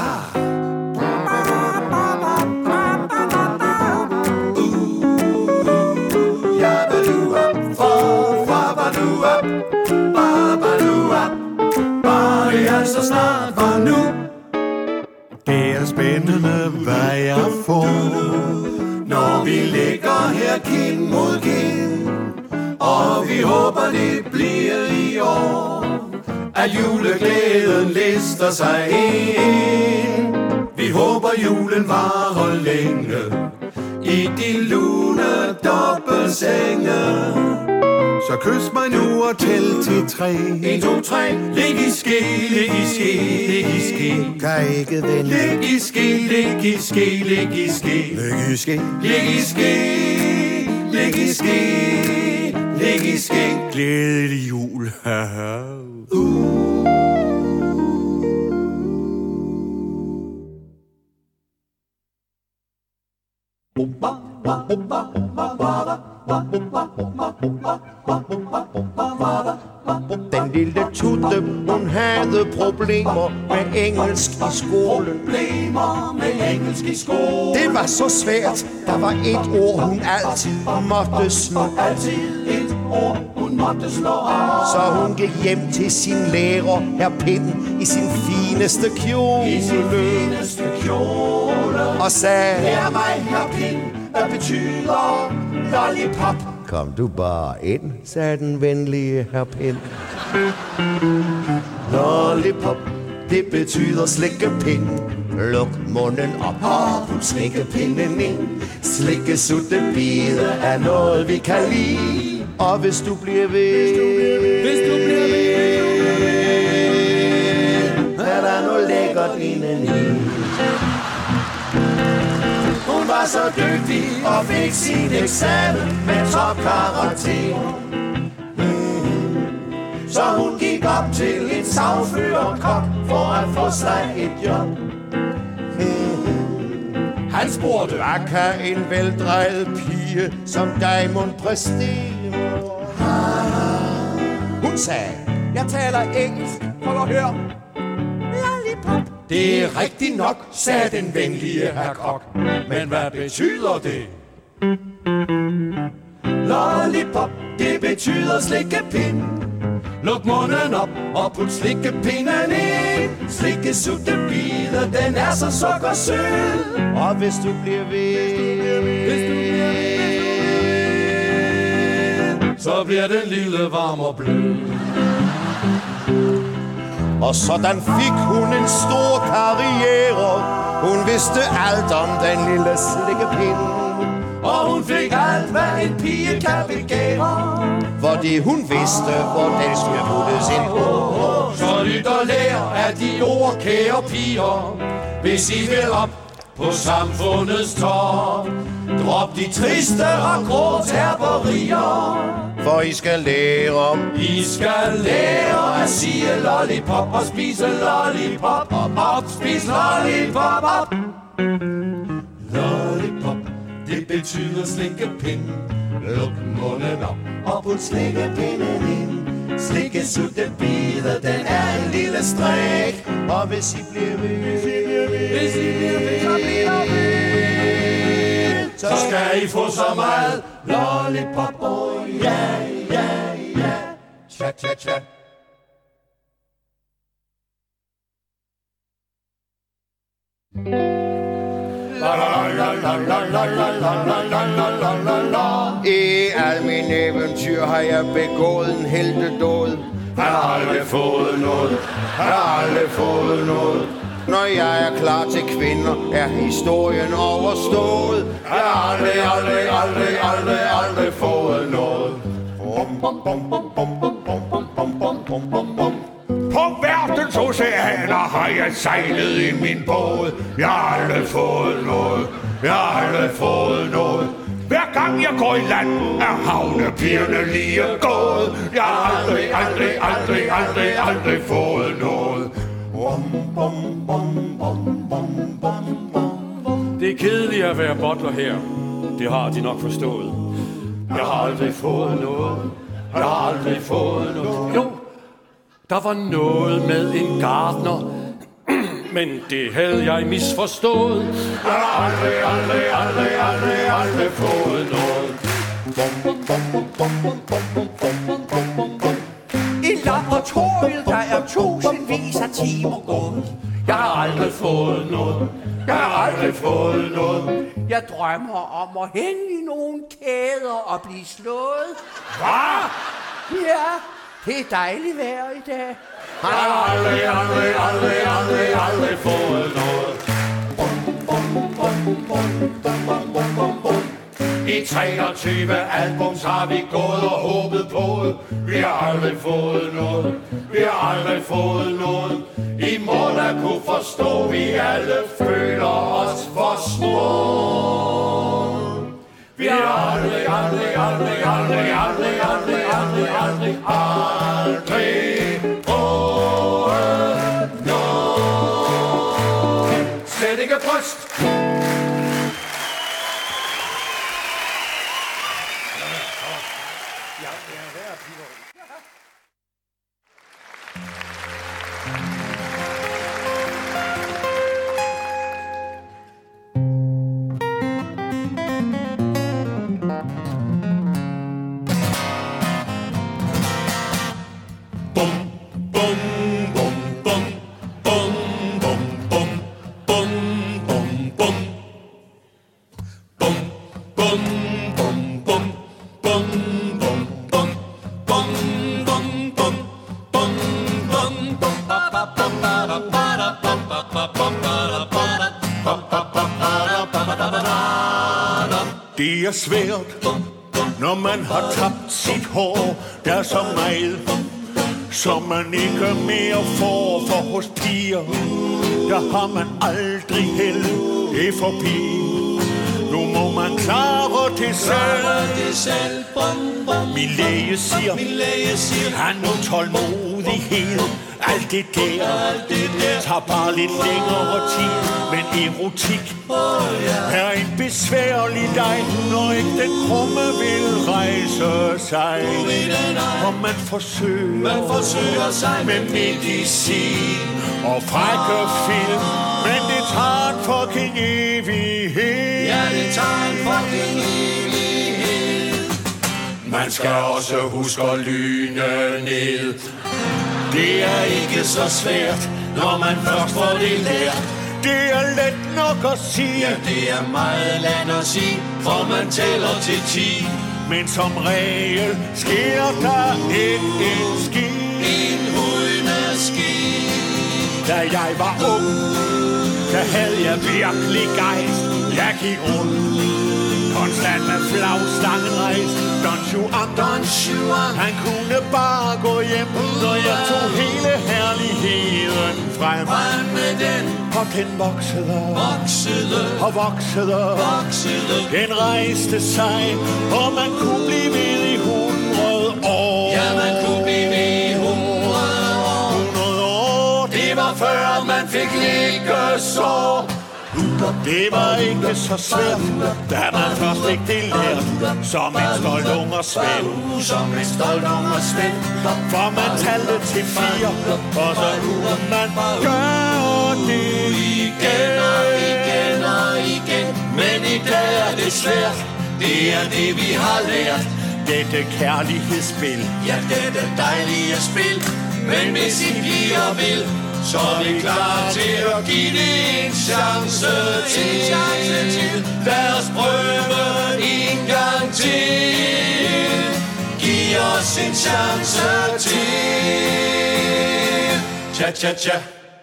Så snart var nu. Det er spændende, hvad jeg får, når vi ligger her kind mod kind. Og vi håber, det bliver i år, at juleglæden lister sig ind. Vi håber, julen varer længe i de lune dobbeltsenge. Så kys mig nu og tæl til 3. 1, 2, 3. Lig i ske, lig i ske, lig i ske. Kan ikke vente. Lig i ske, lig i ske, lig i ske. Lig i ske. Lig i ske, lig i ske, lig i ske. Glædelig jul. Den lille Tutte, hun havde problemer med engelsk i skolen. Det var så svært, der var et ord, hun altid måtte slå. Så hun gik hjem til sin lærer, herr Pind, i sin fineste kjole. Og sagde: Lær mig, herr Pind, hvad betyder lollipop? Kom du bare ind, sagde den venlige herr Pind. Lollipop, det betyder slikkepind. Luk munden op og put slikkepinden ind. Slikkesutterbide er noget vi kan lide. Og hvis du bliver ved, er der noget lækkert indeni. Hun var så dygtig og fik sin eksamen med topkarakter. Så hun gik op til en sagførerkok for at få sig et job. Han spurgte: hvad kan en veldrejet pige som dig mon præstere? Hun sagde: jeg taler engelsk, prøv at høre. Lollipop. Det er rigtigt nok, sagde den venlige herr Kok. Men hvad betyder det? Lollipop, det betyder slikkepind. Luk munden op og put slikkepinden ind. Slikkesutterbide, den er så sukkersød. Og hvis du bliver ved, så bliver den lille varm og blød. Og sådan fik hun en stor karriere. Hun vidste alt om den lille slikkepind. Og hun fik alt, hvad en pige kan begære. Fordi hun vidste, hvor den skulle puttes ind på. Så lyt og lær af de ord, kære piger. Hvis I vil op på samfundets top, drop de triste og grå terperier. For I skal lære, I skal lære at sige lollipop og spise lollipop og spise lollipop op. Lollipop, det betyder slikkepind. Luk munden op og put slikkepinden ind. Slikkesutterbide, den er en lille strik. Og hvis I bliver ved, så skal I få så meget lollipop. Oh yeah, yeah, yeah. Chat, chat, chat. I al min eventyr har jeg begået en heltedåd. Han har aldrig fået noget, han har aldrig fået noget. Når jeg er klar til kvinder, er historien overstået. Jeg har aldrig fået noget. På verdens oceaner har jeg sejlet i min båd. Jeg har aldrig fået noget, jeg har aldrig fået noget. Hver gang jeg går i land, er havnepigerne lige gået. Jeg har aldrig fået noget. Det er kedeligt at være butler her. Det har de nok forstået. Jeg har aldrig fået noget. Jeg har aldrig fået noget. Jo, der var noget med en gartner, men det havde jeg misforstået. Jeg har aldrig fået noget. I laboratoriet, der er tusindvis af timer gået. Jeg har aldrig fået noget. Jeg har aldrig fået noget. Jeg drømmer om at hænge i nogle kæder og blive slået. Hvad? Ja, det er dejligt vejr i dag. Jeg har aldrig fået noget. I 23 albums har vi gået og håbet på det. Vi har aldrig fået noget. Vi har aldrig fået noget. I Monaco forstår vi alle føler os for små. Vi har aldrig prøvet noget. Slet ikke bryst. Det er svært, når man har tabt sit hår. Der er så meget, som man ikke mere får. For hos piger, der har man aldrig held. Det er forbi. Nu må man klare det selv. Min læge siger, han nu tålmodighed. Alt det der tager bare lidt længere tid. Men erotik er en besværlig leg, når ikke den krumme vil rejse sig. Og man forsøger sig med medicin og frække film. Men det tager en fucking evighed. Ja, det tager en fucking evighed. Man skal også huske at lyne ned. Det er ikke så svært, når man først får det lært. Det er let nok at sige. Ja, det er meget let at sige, for man tæller til 10. Men som regel sker der ikke en skid. En hudmaskine. Da jeg var ung, der havde jeg virkelig gejst. Jeg gik rundt konstant med flagstangen rejst. Don Juan, han kunne bare gå hjem, når jeg tog hele herligheden frem. Med den, og den voksede og voksede. Den rejste sig, og man kunne blive ved i 100 år. Ja, man kunne blive ved i 100 år. Det var før man fik liggesår. Det var ikke så svært, da man først fik det lært. Som en stolt unger svend. For man talte til 4, og så kunne man gøre det igen. Men i dag er det svært. Det er det vi har lært. Dette kærlighedsspil. Ja, dette dejlige spil. Men hvis I piger vil, så er vi klar til at give det en chance til. Lad os prøve en gang til. Giv os en chance til. Tja, tja, tja.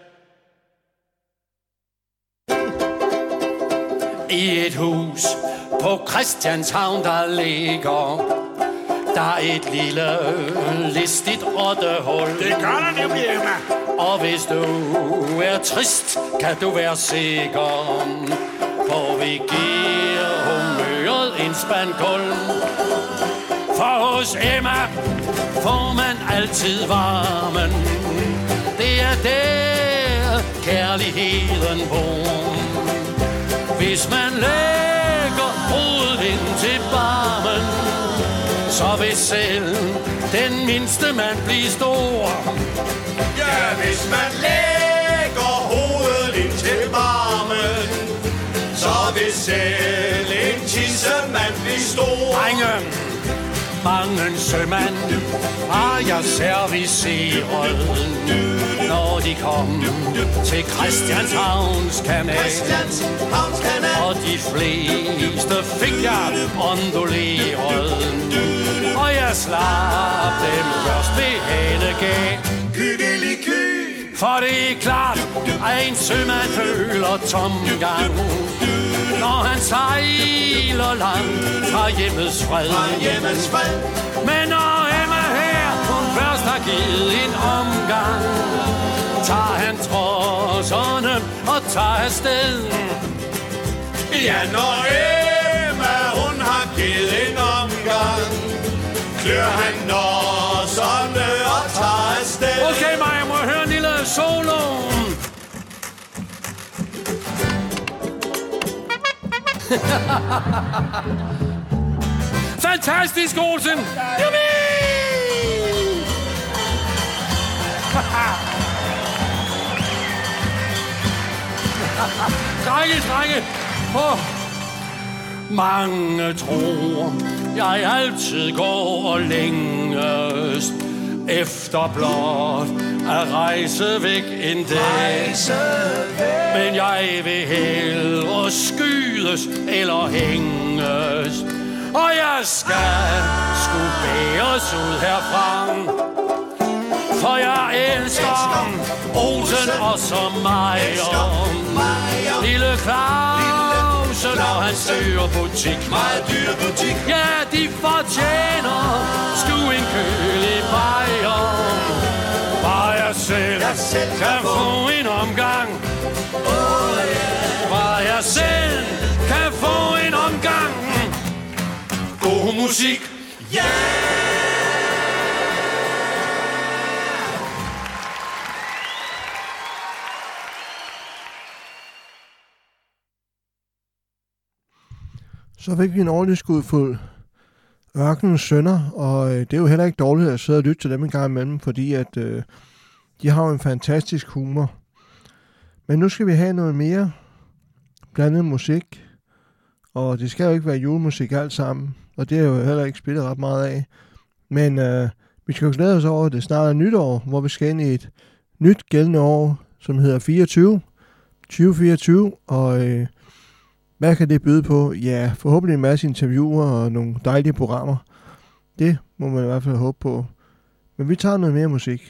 I et hus på Christianshavn, der ligger der et lille listigt rottehul. Det gør der nemlig, Emma. Og hvis du er trist, kan du være sikker på, vi giver humøret en spand kul. For hos Emma får man altid varmen. Det er der kærligheden bor. Hvis man lægger hovedet ind til barmen, så vil selv den mindste mand blive stor. Ja, hvis man lægger hovedet ind til barmen, så vil selv en tissemand blive stor. Drenge, mange sømand har jeg serviceret, når de kom til Christianshavns kanal. Og de fleste fik jeg onduleret, og jeg slap dem først ved hanegab. For det er klart, at en sømand føler tomgang, når han sejler langt fra hjemmets fred. Men når Emma her hun først har givet en omgang, tager han trodserne og tager afsted. Ja, når Emma hun har givet en omgang, klør han nosserne og tager afsted. Okay, Maja, må jeg høre en lille solo? Fantastisk, Olsen! Jummi! Drenge! Mange tror, jeg altid går og længes efter blot at rejse væk en dag. Men jeg vil hellere skydes eller hænges, og jeg skal skulle bæres ud herfra. For jeg elsker Olsen og så Meyer. Lille Clausen og hans dyre butik. Meget dyre butik. Ja, de fortjener sgu en kølig bajer. Bare jeg selv kan få en omgang. Bare jeg selv kan få en omgang. God musik. Ja! Så fik vi en ordentlig skudfuld Ørkenens Sønner, og det er jo heller ikke dårligt at sidde og lytte til dem en gang imellem, fordi at de har jo en fantastisk humor. Men nu skal vi have noget mere blandet musik, og det skal jo ikke være julemusik alt sammen, og det er jo heller ikke spillet ret meget af. Men vi skal jo glæde os over, at det snart er nytår, hvor vi skal ind i et nyt gældende år, som hedder 2024, og hvad kan det byde på? Ja, forhåbentlig en masse interviewer og nogle dejlige programmer. Det må man i hvert fald håbe på. Men vi tager noget mere musik.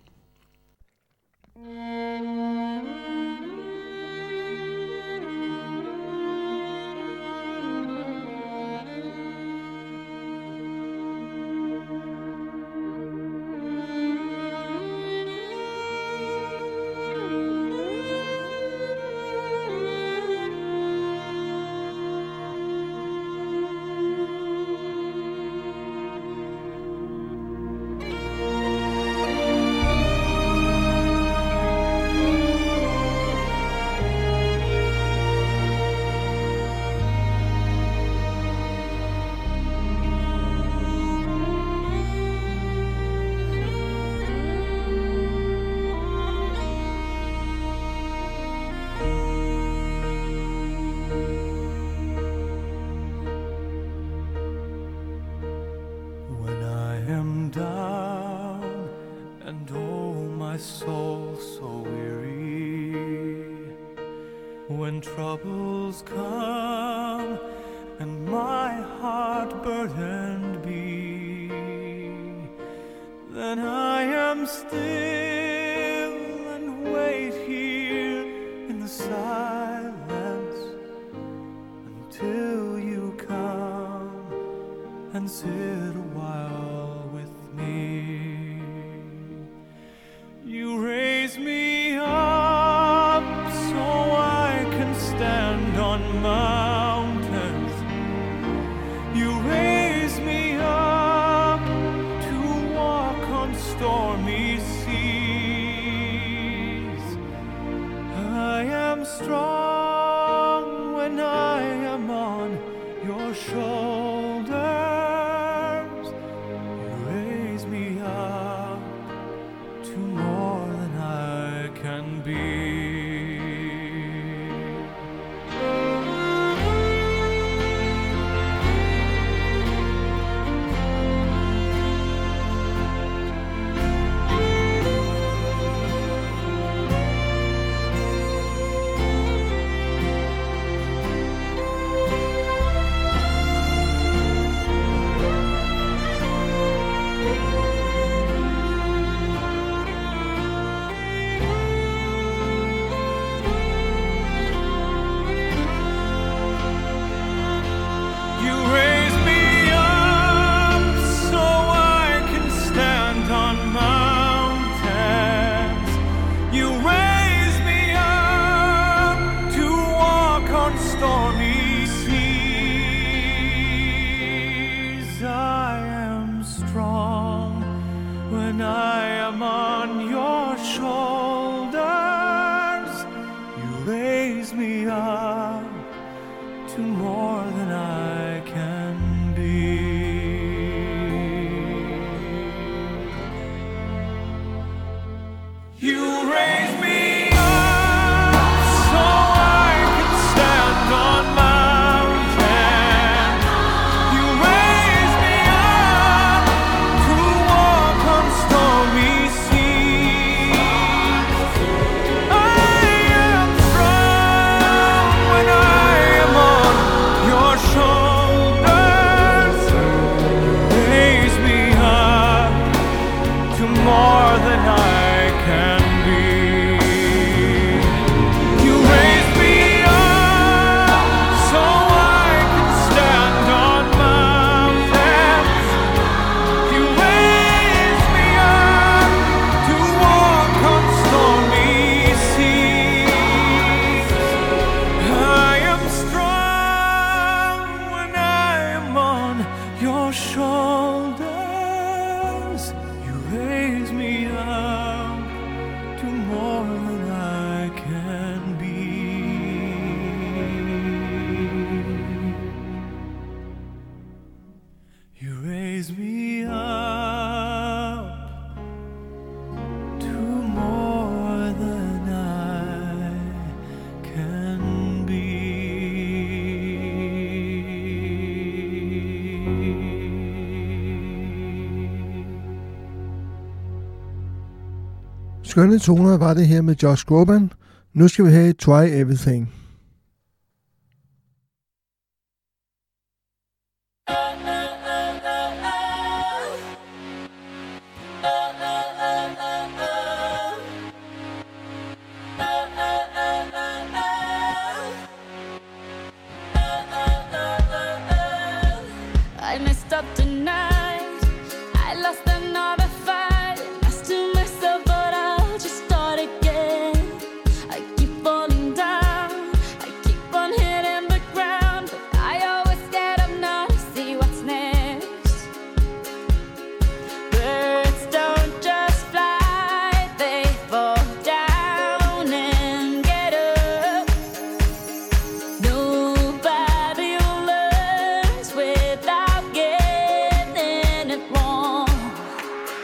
When troubles come and my heart burdened be, then I am still and wait here in the silence until you come and sit a while with me. You raise me up so I can stand on mountains. You raise me up to walk on stormy seas. I am strong when I am on your shoulders. You raise me up to more than I can be. Skønne toner var det her med Josh Groban. Nu skal vi have Try Everything. I messed up tonight. I lost another fight. Lost to myself, but I'll just start again. I keep falling down. I keep on hitting the ground, but I always get up now to see what's next. Birds don't just fly, they fall down and get up. Nobody learns without getting it wrong.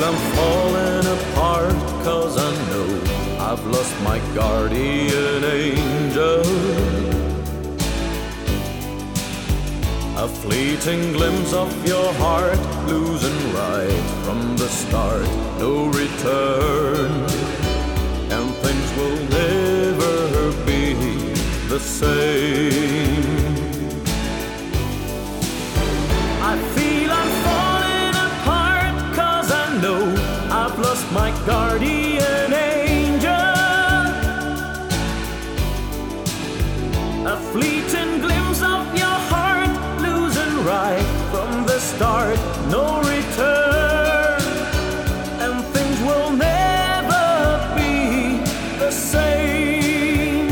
I'm falling apart, 'cause I know I've lost my guardian angel. A fleeting glimpse of your heart, losing right from the start, no return, and things will never be the same. I feel I'm falling apart, 'cause I know I've lost my guardian angel. A fleeting glimpse of your heart, losing right from the start, no return, and things will never be the same.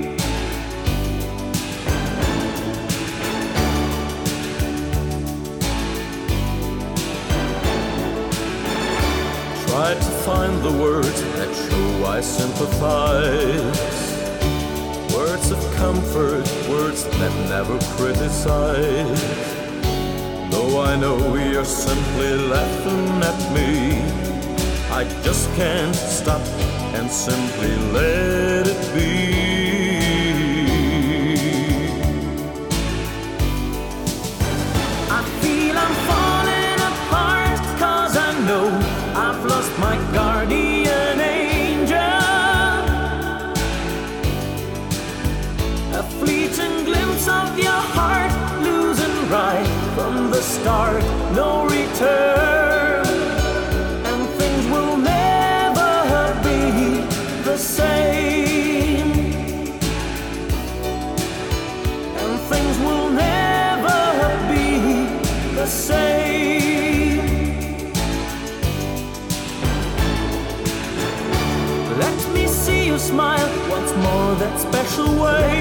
Try to find the words that show I sympathize, words of comfort, words that never criticize. Though I know you're simply laughing at me, I just can't stop and simply let it be. I feel I'm falling apart, 'cause I know I've lost my guardian angel. A fleeting glimpse of your heart, losing right from the start, no return, and things will never be the same. And things will never be the same. Let me see you smile once more that special way.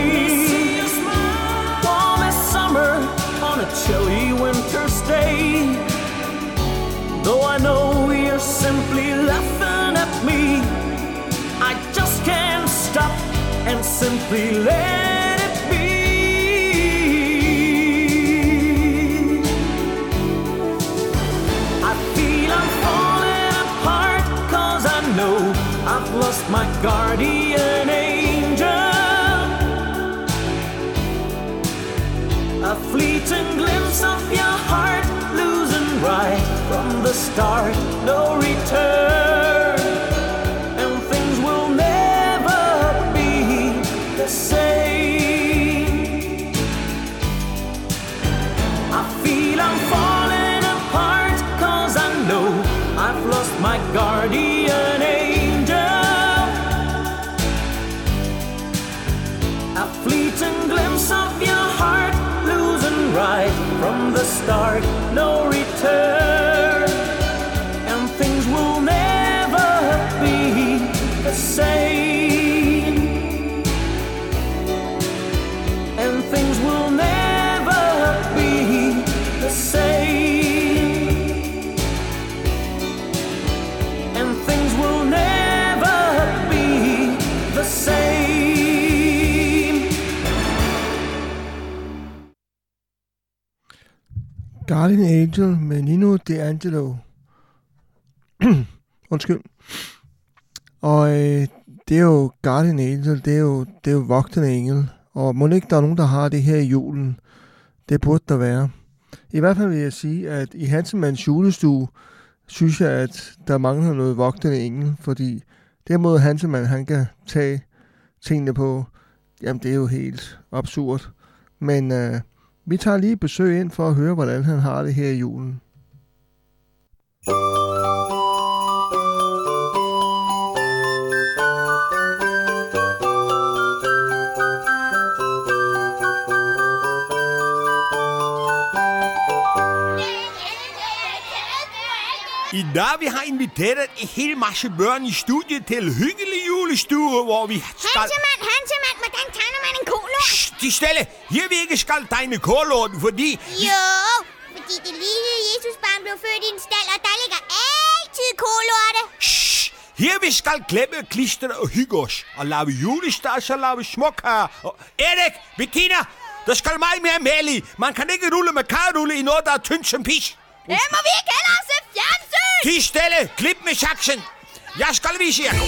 Warm as summer on a chilly winter's day. Though I know you're simply laughing at me, I just can't stop and simply let it be. I feel I'm falling apart, 'cause I know I've lost my guardian angel. A fleeting glimpse of your heart, losing right from the start, no return, and things will never be the same. I feel I'm falling apart, 'cause I know I've lost my guardian angel. A fleeting glimpse of your heart, losing right from the start, no return, and things will never be the same. And things will never be the same. And things will never be the same. Guardian Angel med Nino D'Angelo. Undskyld. Og det er jo Guardian Angel, det er jo vogtende engel. Og må ikke der er nogen, der har det her i julen? Det burde der være. I hvert fald vil jeg sige, at i Hansemanns julestue, synes jeg, at der mangler noget vogtende engel. Fordi den måde Hansemann, han kan tage tingene på, jamen det er jo helt absurd. Men vi tager lige besøg ind for at høre, hvordan han har det her i julen. I dag vi har inviteret en hel masse børn i studiet til en hyggelig julestue, hvor vi skal... Hansemann, hvordan tegner man en kolort? De stille, her vi ikke skal tegne kolorten, fordi... Jo, fordi det lille Jesusbarn blev født i en stald, og der ligger altid kolorte. Her vi skal klemme, klistre og hygge os, og lave julestars og lave småkager. Og Erik, Bettina, der skal meget mere mel i. Man kan ikke rulle med karrulle i noget, der er tyndt som pis. Må vi ikke hellere se fjernsyn? Tig stille, klip med saksen. Jeg skal vise jer.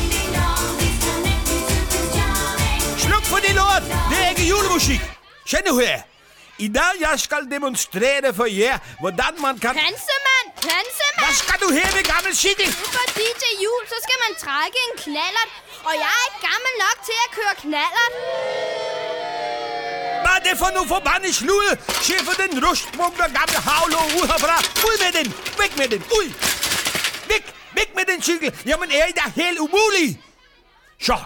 Sluk for det lort. Det er ikke julemusik. Se nu her. I dag jeg skal demonstrere for jer, hvordan man kan... Hansemand! Hvad skal du her med gammel cykel? Nu går DJ jul, så skal man trække en knallert. Og jeg er ikke gammel nok til at køre knallert. Hvad er det for nu forbandet slude? Se for den rustmunkler gamle havlå ud herfra. Ud med den. Væk med den. Ud. Væk med den cykel. Jamen er I da helt umulige? Så.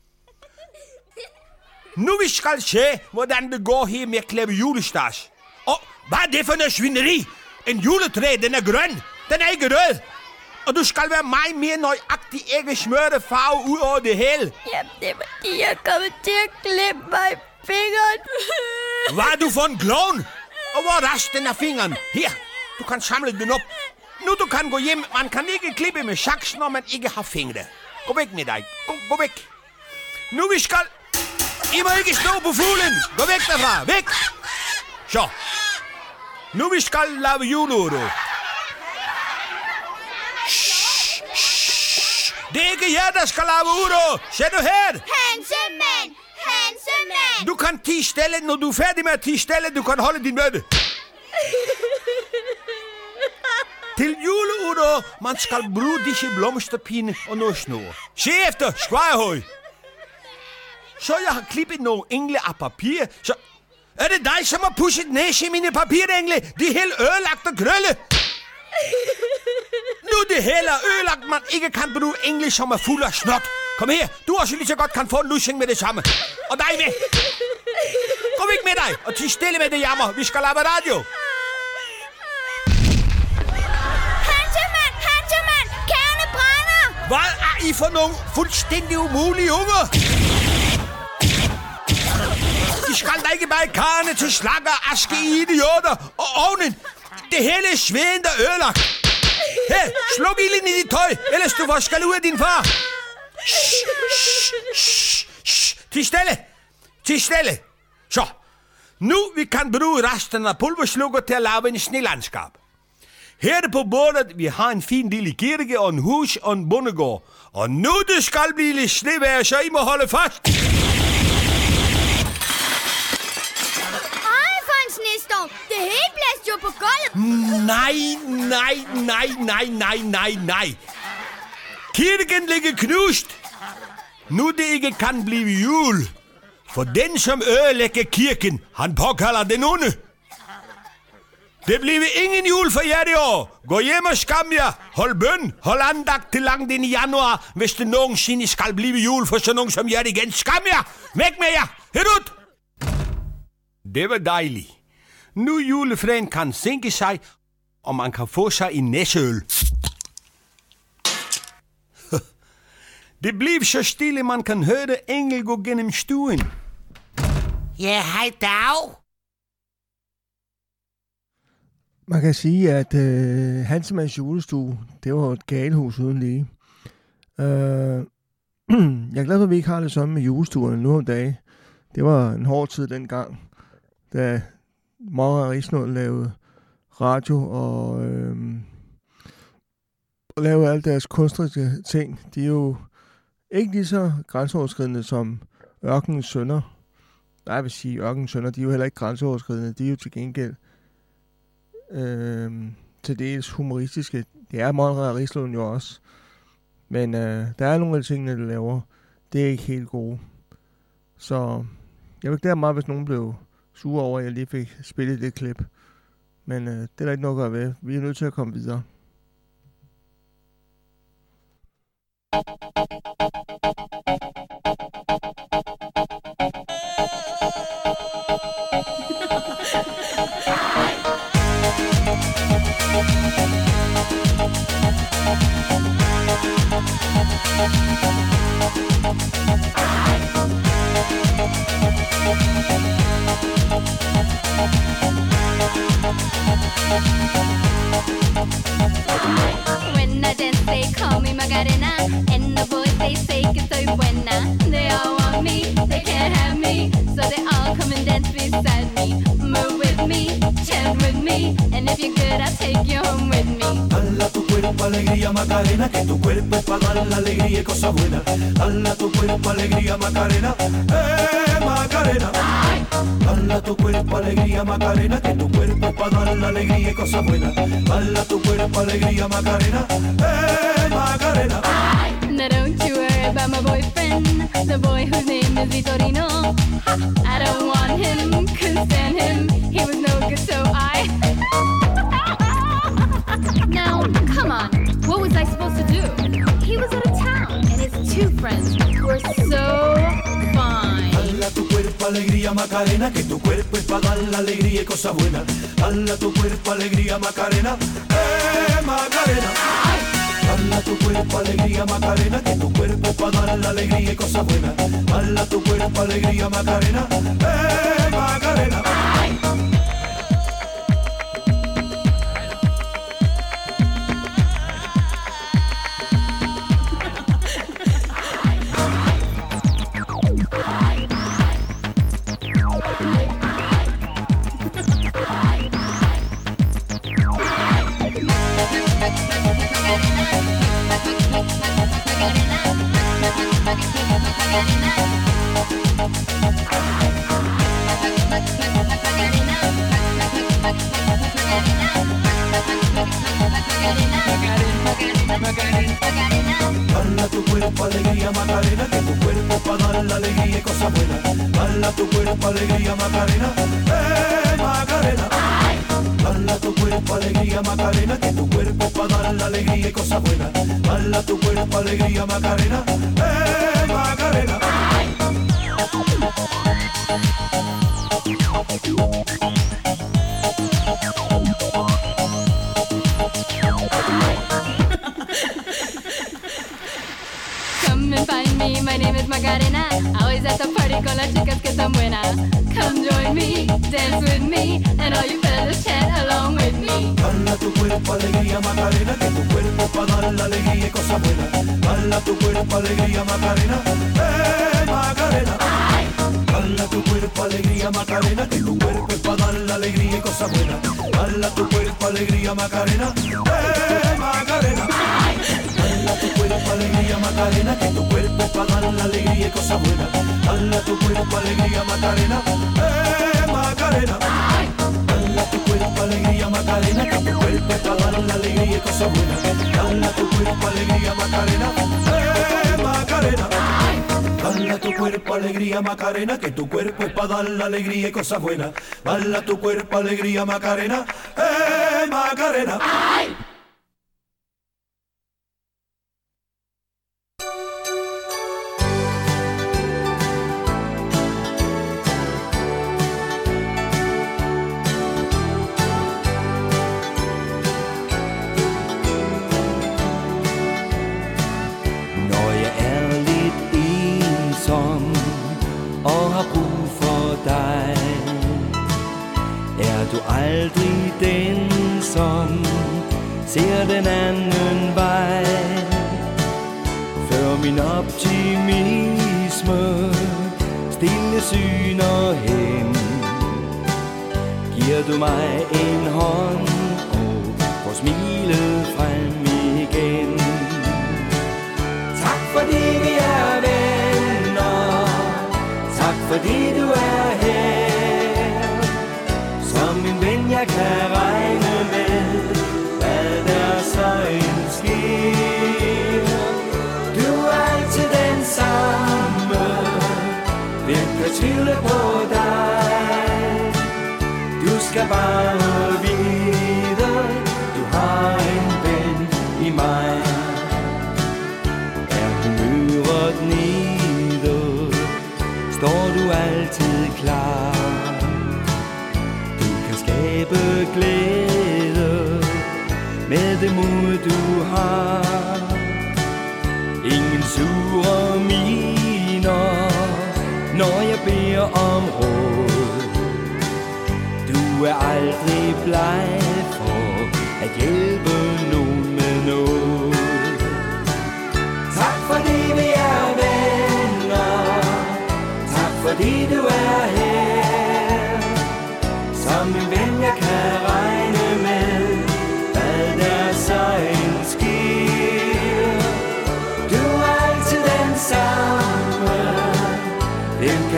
Nu vi skal se, hvordan det går her med at klippe julestars. Og hvad er det for noget svineri? En juletræ, den er grøn. Den er ikke rød. Og du skal være meget mere nøjagtig, ikke smøre farve ud over det hele. Jamen, det er fordi, jeg er kommet til at klippe mig i fingeren. Hvad er du for en klovn? Og hvor er resten af fingeren? Her, du kan samle den op. Nu du kan gå hjem. Man kan ikke klippe med saks, når man ikke har fingre. Gå væk med dig. Gå væk. Nu vi skal... I må ikke stå på fuglen. Gå væk derfra. Væk. Så. Nu vi skal lave juleuro. Det er ikke jer, der skal lave uro. Se du her. Hansemand! Du kan tie stille, når du er færdig med at tie stille. Du kan holde din møde. Til juleuro, man skal bruge disse blomsterpinde og noget snor. Se efter, skvarehøj. Så jeg har klippet nogle engle af papir, så... Er det dig, som har pusset næse i mine papirengle? De er helt ødelagt og krølle. Nu det hele er ødelagt, man ikke kan bruge engle, som er fuld af snot. Kom her, du også lige så godt kan få en lussing med det samme. Og dig med. Gå væk med dig, og tig stille med det jammer. Vi skal lave radio. Hansemand! Kærne brænder! Hvad er I for nogle fuldstændig umulige unger? De skal da ikke bare karne til slakker, aske idioter og ovnen. Det hele er sveden, der ødelagt. Her, sluk ilden i dit tøj, ellers du får skal ud af din far. Tig stille. Så, nu vi kan bruge resten af pulverslukker til at lave en snelandskab. Her på bordet, vi har en fin lille kirke og en hus og en bondegård. Og nu det skal blive lidt snevejr, så I må holde fast. Det hele blæste jo på gulvet. Nej. Kirken ligger knust. Nu det ikke kan blive jul. For den, som ødelægger kirken, han påkalder den onde. Det bliver ingen jul for jer i år. Gå hjem og skam jer. Hold bøn. Hold andagt til langt ind i januar, hvis det nogensinde skal blive jul for sådan nogen som jer igen. Skam jer. Væk med jer. Hør ud. Det var dejligt. Nu julefreden kan sænke sig, og man kan få sig en næseøl. Det bliver så stille, man kan høre det engel gå gennem stuen. Ja, hej dag. Man kan sige, at Hansemanns julestue, det var et galehus uden lige. Jeg er glad for, at vi ikke har det sådan med julestuerne nu om dagen. Det var en hård tid dengang, da Maura og Rigsnål lavede radio og lavede alle deres kunstneriske ting. De er jo ikke lige så grænseoverskridende som Ørkenens Sønner. Nej, jeg vil sige, Ørkenens Sønner, de er jo heller ikke grænseoverskridende. De er jo til gengæld til dels humoristiske. Det er Maura og Rigsnål jo også. Men der er nogle af de tingene, de laver. Det er ikke helt gode. Så jeg vil glæde mig, hvis nogen blev sure over, at jeg lige fik spillet det klip. Men det er der ikke noget at gøre ved. Vi er nødt til at komme videre. When I dance, they call me Macarena, and the boys they say que soy buena. They all want me, they can't have me, so they all come and dance beside me. Move with me, chant with me, and if you're good, I'll take you home with me. cuerpo alegría Macarena, que tu cuerpo es para dar la alegría y cosas buenas. Dale a tu cuerpo alegría Macarena, Macarena. Dale a tu cuerpo alegría Macarena, que tu cuerpo es para dar la alegría y cosas buenas. Dale a tu cuerpo alegría Macarena, Macarena. Now don't you worry about my boyfriend, the boy whose name is Vitorino. I don't want him, couldn't stand him, he was no good, so I... Now, come on, what was I supposed to do? He was out of town, and his two friends were so fine. Dale a tu cuerpo alegría Macarena, que tu cuerpo es para dar la alegría y cosas buenas. Dale a tu cuerpo alegría Macarena, Macarena. Dale a tu cuerpo alegría Macarena, que tu cuerpo es para dar la alegría y cosas buenas. Dale a tu cuerpo alegría Macarena, Macarena. Dale a tu cuerpo alegría Macarena, que tu cuerpo es para dar la alegría y cosas buenas. Dale a tu cuerpo alegría Macarena, Macarena. Dale a tu cuerpo alegría Macarena, que tu cuerpo es para dar la alegría y cosas buenas. Dale a tu cuerpo alegría Macarena, Macarena. Come and find me, my name is Macarena. Always at the party con las chicas que son buenas. Come join me, dance with me, and all you fellas chat along with me. Dale a tu cuerpo alegría Macarena, que tu cuerpo es para dar la alegría y cosas buenas. Dale a tu cuerpo alegría Macarena, Macarena. Dale a tu cuerpo alegría Macarena, que tu cuerpo es para dar la alegría y cosas buenas. Dale a tu cuerpo alegría Macarena, Macarena. Dale a tu cuerpo alegría Macarena, que tu cuerpo es para dar la alegría y cosas buenas. Dale a tu cuerpo alegría Macarena, Macarena. Dale a tu cuerpo alegría Macarena, que tu cuerpo es para dar la alegría y cosas buenas. Dale a tu cuerpo alegría Macarena, Macarena. Dale a tu cuerpo alegría Macarena, que tu cuerpo es para dar la alegría y cosas buenas. Dale a tu cuerpo alegría Macarena, Macarena. Og har brug for dig. Er du aldrig den, som ser den anden vej? Før min optimisme stille syner hen, giver du mig en hånd og får smilet frem igen. Tak fordi vi er venner, tak fordi du er her. Som en ven jeg kan regne med, hvad der så end sker. Du er altid den samme, hvem kan tvivle på dig? Du skal bare vide, du har en ven i mig. Er humøret nede, står du altid klar. Du kan skabe glæde med det mod du har. Ingen sure miner, når jeg beder om råd. Du er aldrig bleg for at hjælpe nogen med noget. Tak fordi vi er venner, tak fordi du er her. Som en ven jeg kan regne med, hvad der så end sker.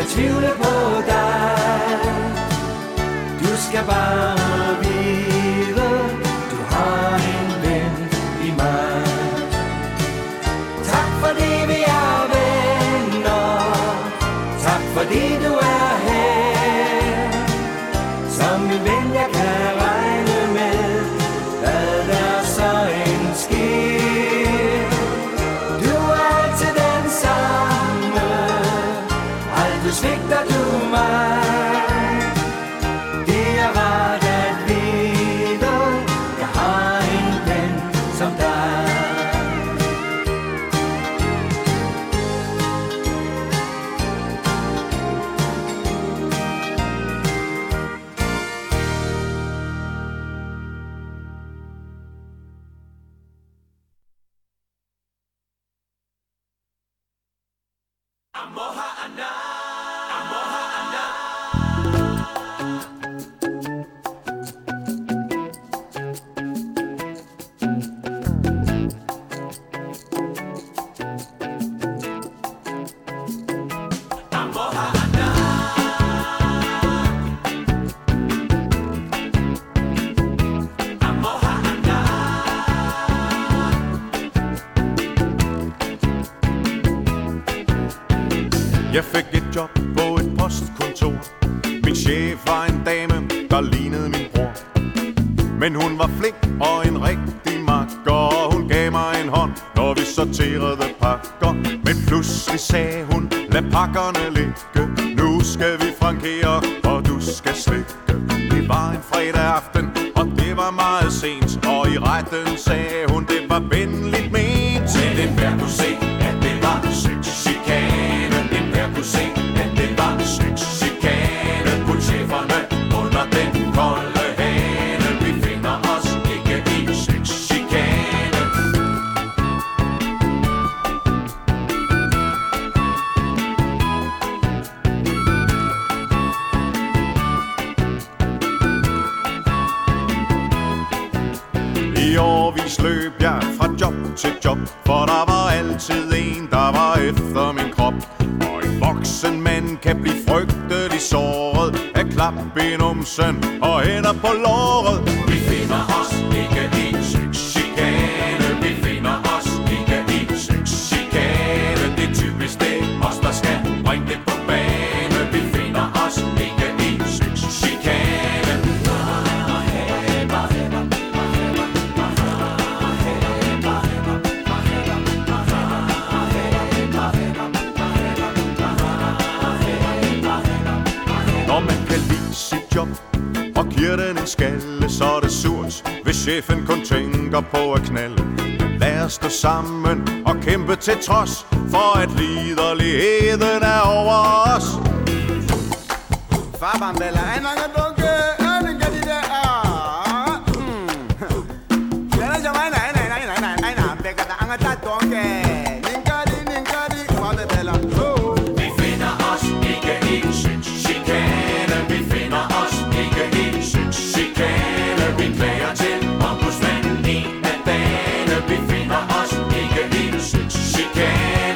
kan tvivle på dig. Du skal bare vide, du har en ven i mig. Tak fordi vi er venner, tak fordi du er her. Som en ven jeg kan regne med, hvad der så end sker. Du er altid den samme, aldrig svigter du mig. Det er rart at vide, jeg har en ven som dig. Jeg fik et job på et postkontor. Min chef var en dame, der lignede min bror. Men hun var flink og en rigtig makker, og hun gav mig en hånd, når vi sorterede pakker. Men pludselig sagde hun, lad pakkerne ligge. Nu skal vi frankere, og du skal slikke. Det var en fredag aften, og det var meget sent, og i retten sagde hun, det var venligt ment. Men enhver kunne se, at det var sexchikane. Enhver kunne se, at det var sexchikane. Pulcheferne under den kolde hane. Vi finder os ikke i sexchikane. I årvis løb jeg fra job til job, for der var altid en, der var efter min krop. Og en voksen mand kan blive frygtelig såret af klap i numsen og hænder på låret. Vi finder os ikke i sexchikane. Vi finder os ikke i sexchikane. Det er typisk det os, der skal bringe det på bane. Vi finder os ikke i sexchikane. Når man kan lide sit job og giver den en skalle, så er det surt, hvis chefen kun tænker på at knalde. Men lad os stå sammen og kæmpe til trods, for at liderligheden er over os. Farbambella, ananga dunke, ananga di der. Jana jamana, ana, beka da anga ta dunke. Ninkadi, farbambella. Vi finder os ikke i sexchikane. Vi finder os ikke i sexchikane. Vi klager til ombudsmanden en af dagene. Vi finder os ikke i sexchikane.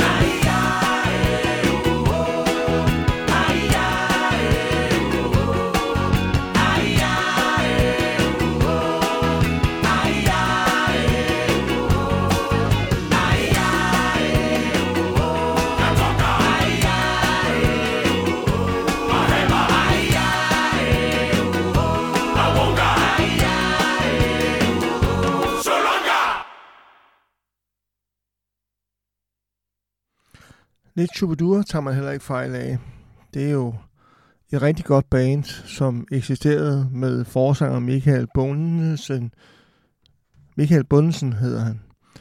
Lidt Shubidur tager man heller ikke fejl af. Det er jo et rigtig godt band, som eksisterede med forsanger Michael Bundesen. Michael Bundesen hedder han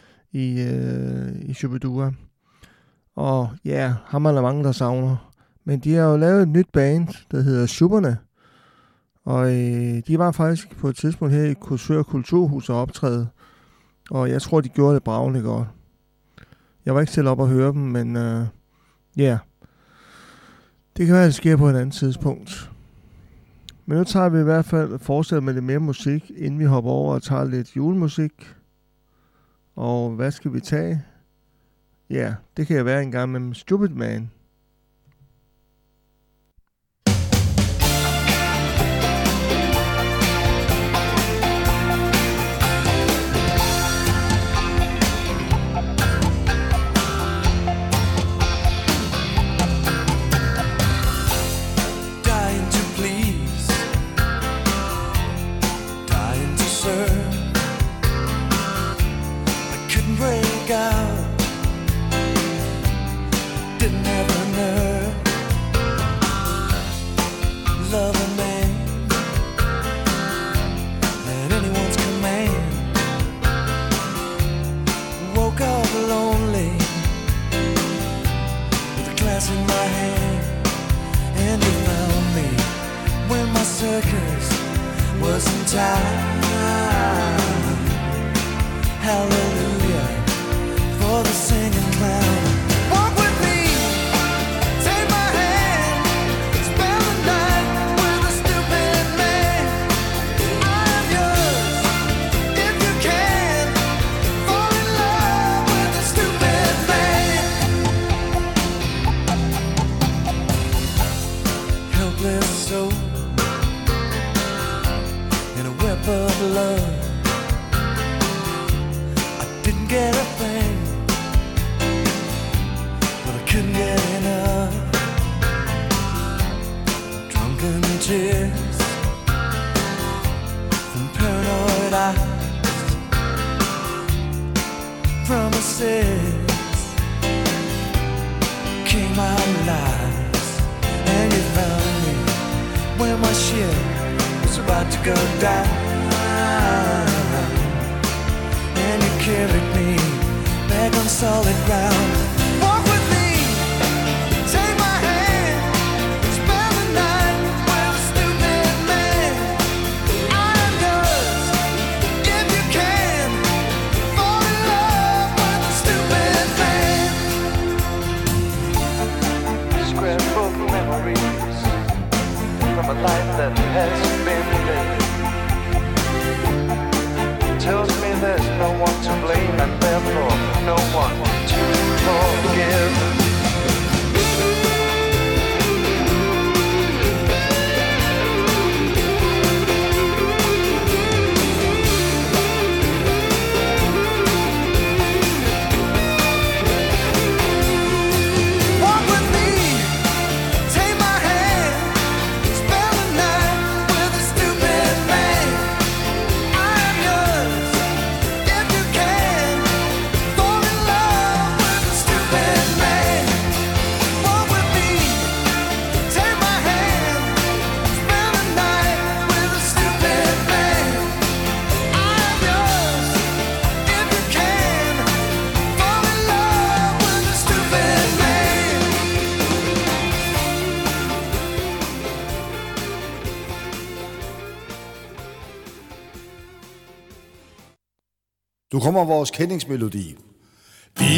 i Shubidur. Og ja, ham er der mange, der savner. Men de har jo lavet et nyt band, der hedder Shuberne. Og de var faktisk på et tidspunkt her i Korsør Kulturhus og optræde. Og jeg tror, de gjorde det bragende godt. Jeg var ikke selv op og høre dem, men ja. Det kan være, at det sker på et andet tidspunkt. Men nu tager vi i hvert fald fortsætter med lidt mere musik, inden vi hopper over og tager lidt julemusik. Og hvad skal vi tage? Ja, det kan være en gang med Stupid Man. glass in my hand, and you found me when my circus was in town. Hallelujah for the singing clown. Walk with me, take my hand, spend the night with a stupid man. I'm yours if you can. Fall in love with a stupid man. Helpless soul in a web of love. I didn't get a thing, but I couldn't get enough. Drunken tears from paranoid eyes, promises came out lies, and you found me when my ship was about to go down, and you carried me back on solid ground. Walk with me, take my hand, spend the night with a stupid man. I'm yours if you can. Fall in love with a stupid man. Scrapbook memories from a life that has been lived. Tells me there's no one to blame and therefore no one to forgive. Walk with me, take my hand, spend the night with a stupid man. I'm yours if you can. Fall in love with a stupid man. Walk with me, take my hand, spend the night with a stupid man. I'm yours if you can. Fall in love with a stupid man. Nu kommer vores kendingsmelodi. I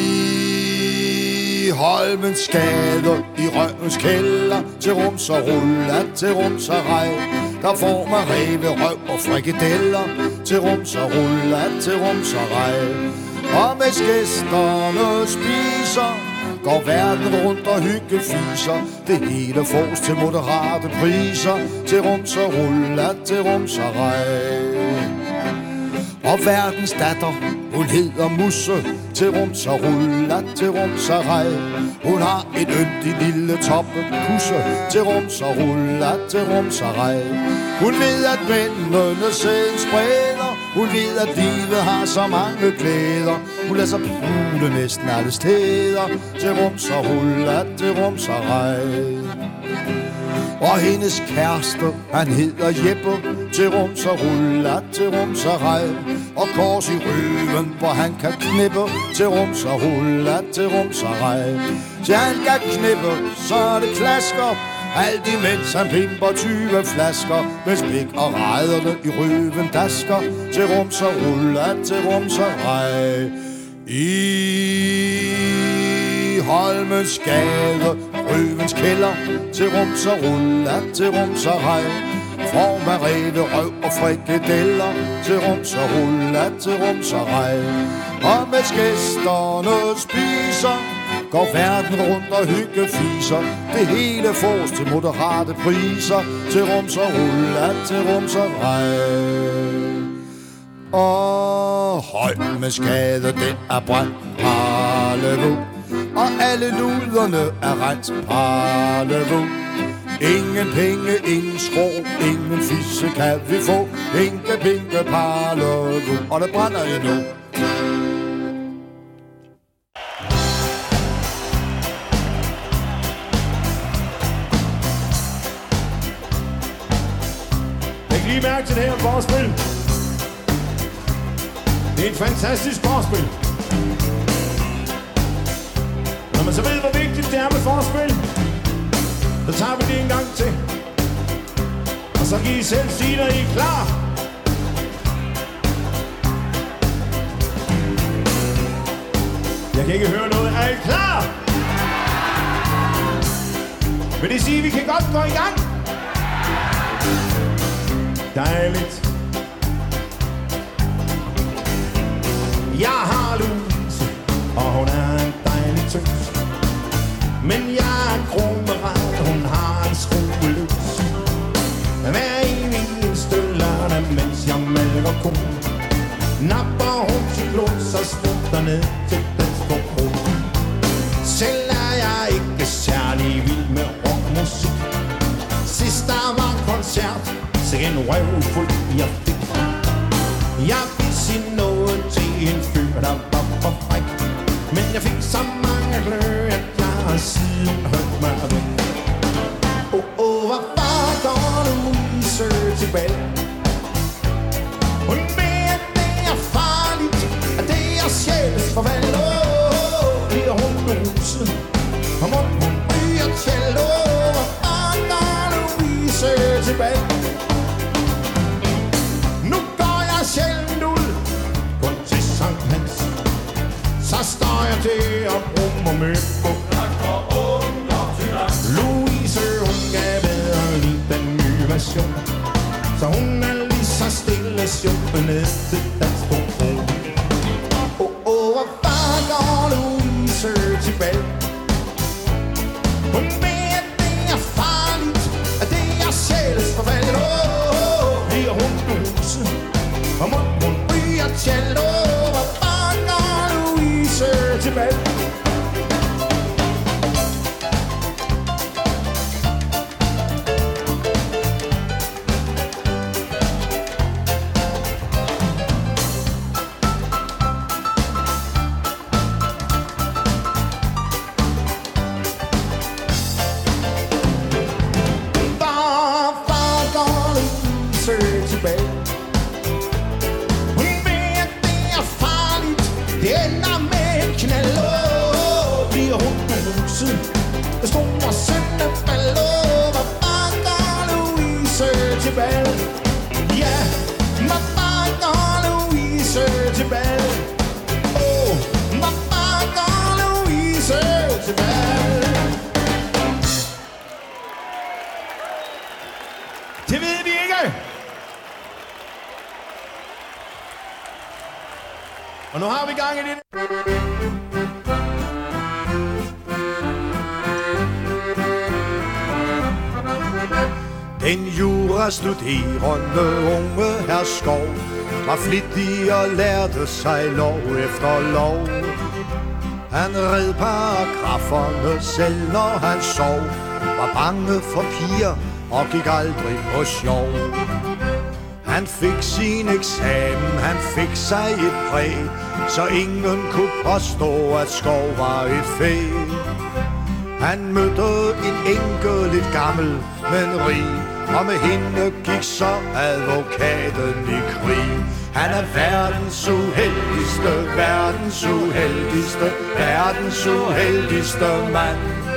Holmens gader, i Røvens kælder, til rums og ruller, til rums og rej. Der får man ræve, røv og frikadeller, til rums og ruller, til rums og rej. Og mens gæsterne spiser, går verden rundt og hyggefiser. Det hele fås til moderate priser, til rums og ruller, til rums og rej. Og verdens datter, hun hedder Musse, til rums og ruller, til rums og rej. Hun har en yndig lille toppekusse, til rums og ruller, til rums og rej. Hun ved, at mændene sæden spreder, hun ved, at livet har så mange glæder. Hun lader sig pule næsten alle steder, til rums og ruller, til rums og rej. Og hendes kæreste, han hedder Jeppe, til rums og ruller, til rums og rej. Og kors i røven, hvor han kan knippe, til rums og ruller, til rums og rej. Så han kan knippe, så det klasker, alt imens han pimper 20 flasker, mens pik og rejderne i røven dasker, til rums og ruller, til rums og rej. I Holmens gade, Røvens kælder, til rums og ruller, til rums og rej. Får man ræve, røv og frikadeller, til rums og ruller, til rums og rej. Og mens gæsterne spiser, går verden rundt og hyggefiser. Det hele fås til moderate priser, til rums og ruller, til rums og rej. Og Holmens gade, den er brændt, parlevu. Og alle luderne er rent, parlevu. Ingen penge, ingen skrå, ingen fisse kan vi få. Pinke, pinke, parlevu. Og det brænder endnu. Læg lige mærke til det her forspil. Det er et fantastisk forspil. Når man så ved, hvor vigtigt det er med forspil, så tager vi det en gang til. Og så kan I selv sige, når I er klar. Jeg kan ikke høre noget. Er I klar? Vil det sige, at vi kan godt gå i gang? Dejligt. Jeg har Louise, og hun er en dejlig tøs. Men jeg er en krummerad, hun har en skrue løs. Hver eneste lørdag, mens jeg malker ko, napper hun til blod, så smutter ned til dens forbrug. Selv er jeg ikke særlig vild med rockmusik. Sidst der var koncert, så en røvfuld jeg fik. Jeg vil sige noget til en fyr, der var for fræk, men jeg fik så mange glø, at jeg har siden hørt mig væk. Hvorfor går du Louise tilbage? Hun ved, at det er farligt, at det er sjælens forvand. Bliver hun Louise, og må hun ryger til. Hvorfor går Louise tilbage? Nu går jeg sjældent ud, kun til Sankt Hans. Så står jeg til at brumme med på. Louise, hun gav bedre lige den nye version, så hun er lige så stille sjuppe ned til dans på bro. Hvorfor går Louise tilbage? Hun ved, at det er farligt, at det er sjælens forfald. Bliver hun Louise, og må hun ryger til. Hvorfor går Louise tilbage? Det ved vi ikke. Og nu har vi gang i det. Den jurastuderende unge herr Skov var flittig og lærte sig lov efter lov. Han red paragraferne selv, når han sov, var bange for piger og gik aldrig på sjov. Han fik sin eksamen, han fik sig et præg, så ingen kunne påstå, at Skov var et fæ. Han mødte en enke, lidt gammel, men rig, og med hende gik så advokaten i krig. Han er verdens uheldigste, verdens uheldigste, verdens uheldigste mand.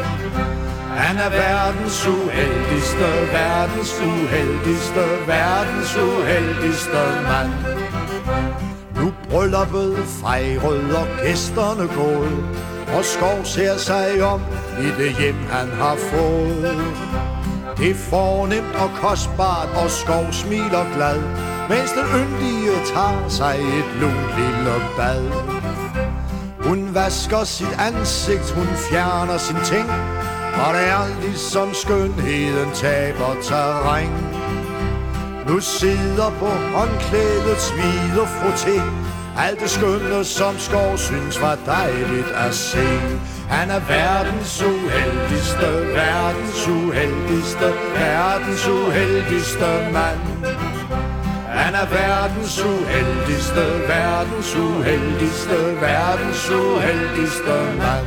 Han er verdens uheldigste, verdens uheldigste, verdens uheldigste mand. Nu brylluppet fejret og gæsterne gået, og Skov ser sig om i det hjem han har fået. Det er fornemt og kostbart, og Skov smiler glad, mens den yndige tager sig et lunt lille bad. Hun vasker sit ansigt, hun fjerner sin ting, og det er ligesom skønheden taber terræn. Nu sidder på håndklædet smider frotté, alt det skønne som Skov synes var dejligt at se. Han er verdens uheldigste, verdens uheldigste, verdens uheldigste mand. Han er verdens uheldigste, verdens uheldigste, verdens uheldigste mand.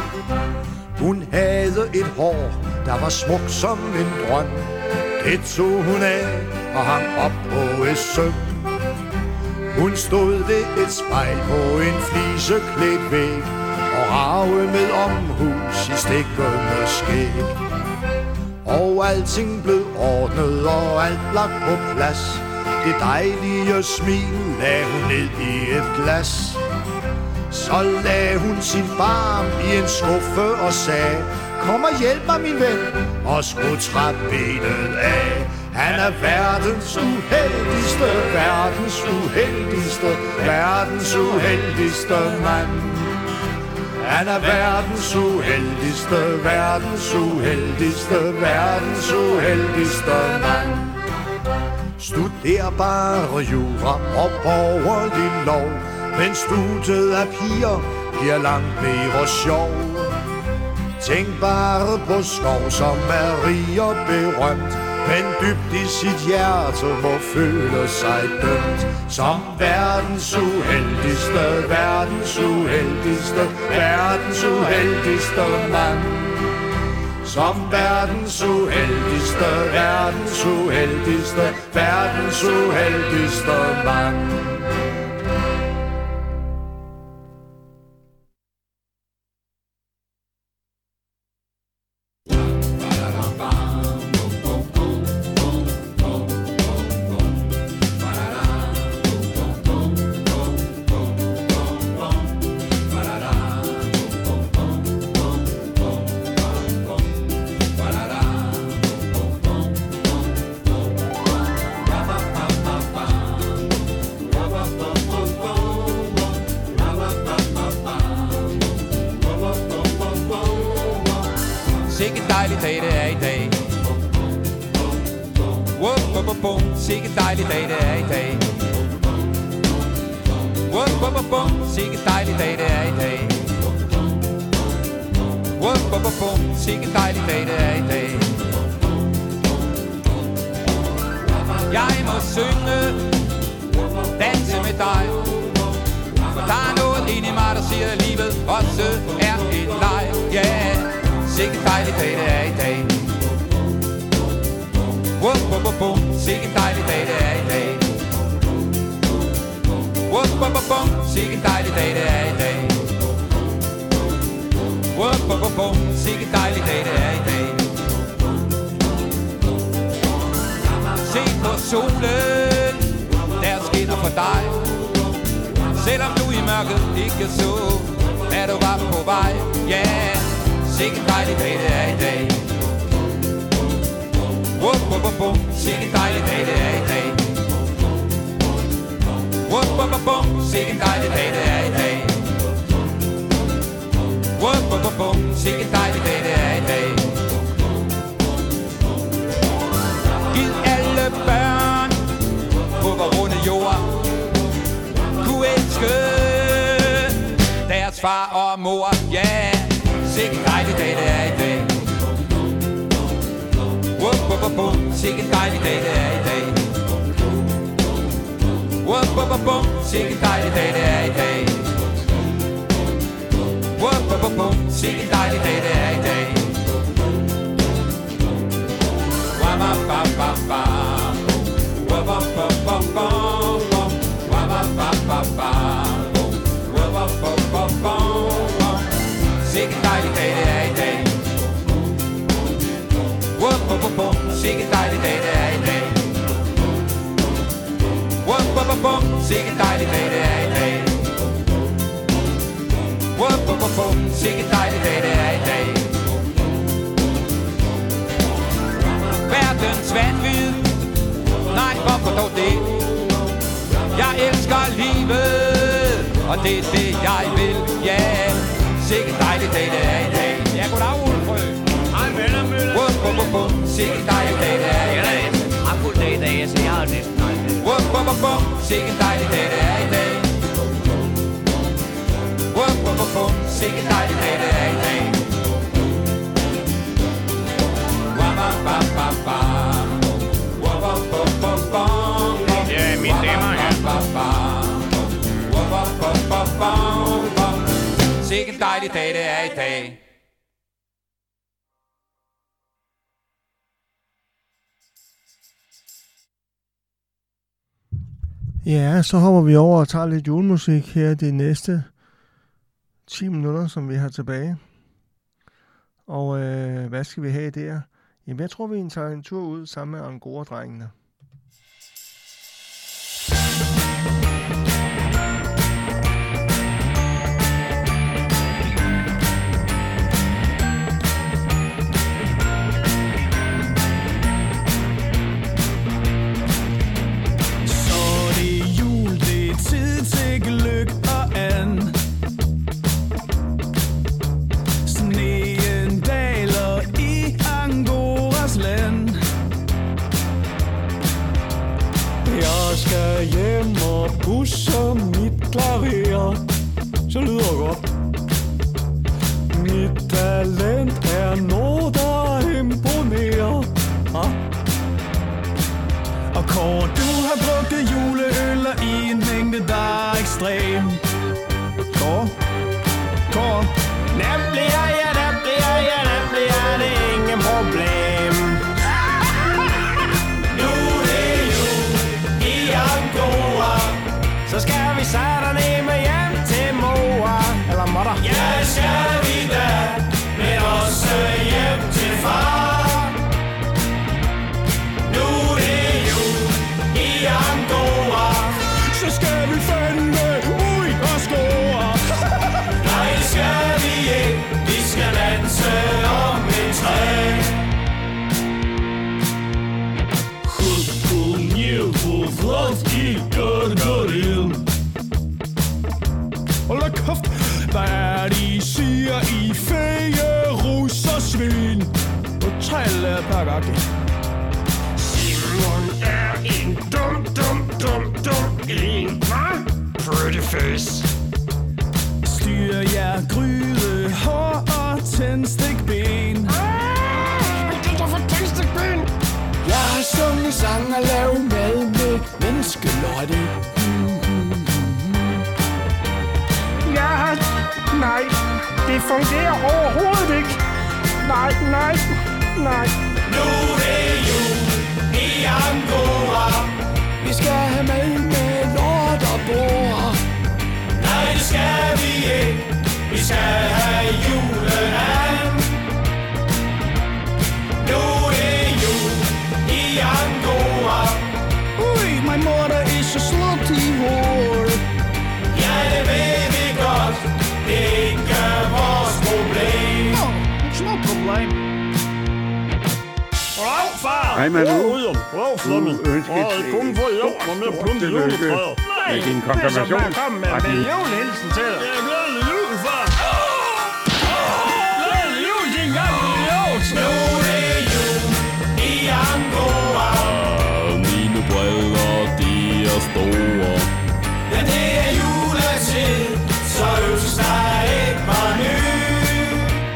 Hun havde et hår, der var smukt som en drøm. Det tog hun af og hang op på et søm. Hun stod ved et spejl på en fliseklædt væg og drage med omhus i stikkende skæg. Og alting blev ordnet og alt lagt på plads. Det dejlige smil lagde hun ned i et glas. Så lagde hun sin barm i en skuffe og sagde: kom og hjælp mig, min ven, og skru trappenet af. Han er verdens uheldigste, verdens uheldigste, verdens uheldigste mand. Han er verdens uheldigste, verdens uheldigste, verdens uheldigste mand. Studer bare jura og borgerlig lov, men studiet af piger giver langt mere sjov. Tænk bare på Skov, som er rig og berømt, men dybt i sit hjerte må føle sig dømt. Som verdens uheldigste, verdens uheldigste, verdens uheldigste mand. Som verdens uheldigste, verdens uheldigste, verdens uheldigste mand. Sikke dejlig dag det er i dag. Whoop, whoop, whoop, whoop. Sikke dejlig dag det er i dag. Whoop, whoop, whoop, whoop. Sikke dejlig dag det er i dag. Whoop, whoop, whoop, whoop. Sikke dejlig dag det er i dag. Jeg må synge, danse med dig. For der er noget inde i mig, der siger, at livet også er en leg. Yeah. Sikke dejlig dag det er i dag. Whoop, whoop, whoop, whoop. Sikke dejlig dag det er i dag. Whoop, whoop, whoop, whoop. Sikke dejlig dag det er i dag. Whoop, whoop, whoop, whoop. Sikke dejlig dag det er i dag. Se på solen, der skinner for dig. Selvom du i mørket ikke så, at du var på vej. Yeah. Sikke dejlig dag det er i dag. Whoop, whoop, whoop, whoop. Sikke dejlig dag det er i dag. Whoop, whoop, whoop, whoop. Sikke dejlig dag det er i dag. Whoop, whoop, whoop, whoop. Sikke dejlig dag det er i dag. Giv alle børn på vor runde jord kunne elske deres far og mor. Yeah. Sikke dejlig dag det er i dag. Whoop, whoop, whoop, whoop. Sikke dejlig dag det er i dag. Whoop, whoop, whoop, whoop. Sikke dejlig dag det er i dag. Whoop, whoop, whoop, whoop. Sikke dejlig dag det er i dag. Wap, wap, wap, wap, wap. Wap, wap, wap, wap, wap. Wap, wap, wap, wap, wap. Wap, wap, wap, wap, wap. Sikke dejlig dag det er i dag. Whoop, whoop, whoop, whoop. Sikke dejlig dag det er i dag. Whoop, whoop, whoop, whoop. Sikke dejlig dag det er i dag. Whoop, whoop, whoop, whoop. Sikke dejlig dag det er i dag. Verdens vanvid. Nej, hvorfor dog det? Jeg elsker livet, og det er det jeg vil. Yeah. Sikke dejlig dag det er i dag. Ja, goddag, Ulfrø. Hej, Møller, Møller. Whoop, whoop, whoop, whoop. Sikke dejlig dag det er i dag. Jeg har fuld dag i dag, så jeg har næsten aldrig. Whoop, whoop, whoop, whoop. Sikke dejlig dag det er i dag. Whoop, whoop, whoop, whoop. Sikke dejlig dag det er i dag. Wap, wap, wap, wap, wap. Wap, wap, wap, wap, wap. Ja, mine damer og herrer. Wap, wap, wap, wap, wap. Sikke dejlig dag det er i dag. Ja, så hopper vi over og tager lidt julemusik her de næste 10 minutter, som vi har tilbage. Og hvad skal vi have der? Jamen, jeg tror, vi tager en tur ud sammen med Angora-drengene. Hjem og pusser mit klaver, så lyder det godt. Mit talent er noget, der imponerer. Og Kåre, du har drukket juleøl i en mængde, der er ekstrem. Kåre, nemlig er det ingen problem. Så skal vi sætte med hjem til mor. Eller mutter. Ja, skal vi da, men også hjem til far. Nu er det jul i Angora. Så skal vi fandme ud og score. Nej, det skal vi ikke. Vi skal danse om en træ. Ход небо власти горгорел. Hold da kæft, hvad er de siger i fæge russersvin? Og trælle pakkagge. Simon er en dum en, hva? Pretty face. Styr jer gryde, hår og tændstikben. Hvad er det for tændstikben? Jeg har sunget sang og lavet mad med menneskelotte. Ja, nej, det fungerer overhovedet ikke. Nej. Nu er det jul i Angora. Vi skal have med lort og bord. Nej, det skal vi ikke. Vi skal have julen an. Nu er det jul i Angora. Ui, my mother is a slutty whore. Ja, det ved vi godt. Det er ikke vores problem. It's no problem. Goddag, far. Hej, Manu. Goddag, Flemming. Jeg kunne få hjælp med at plumpe juletræet. Med din konfirmation. Det er så komme med julehilsen til dig. Ja, glædelig jul, far. Glædelig jul, din gamle jul. Nu er det jul i Angora. Mine briller, de er store. Ja, det er juletid, så ønsk dig et par nye.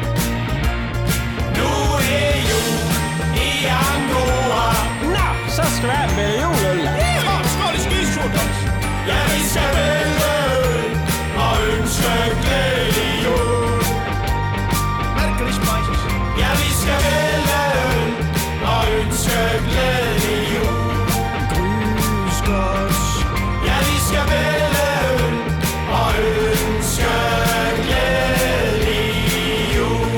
Nu er det jul i Angora. Nå, så skal vi have med juleøl. Ja, skål i skisturtons. Ja, vi skal vælge øl og ønske glædelig jul. Merkelig spices. Ja, vi skal vælge øl og ønske glædelig jul. Grysgods. Ja, vi skal vælge øl og ønske glædelig jul.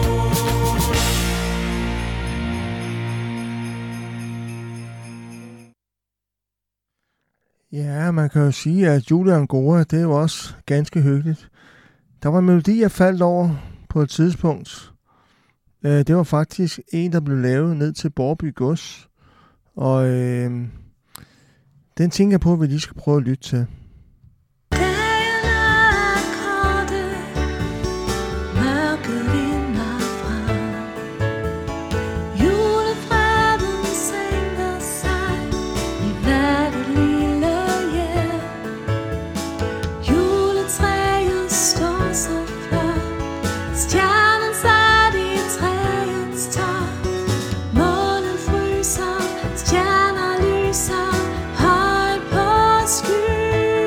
Ja, man kan jo sige, at Jule Angora, det er jo også ganske hyggeligt. Der var en melodi, jeg faldt over på et tidspunkt. Det var faktisk en, der blev lavet ned til Borby Gods. Og den tænker jeg på, at vi lige skal prøve at lytte til. Stjerner lyser højt på sky.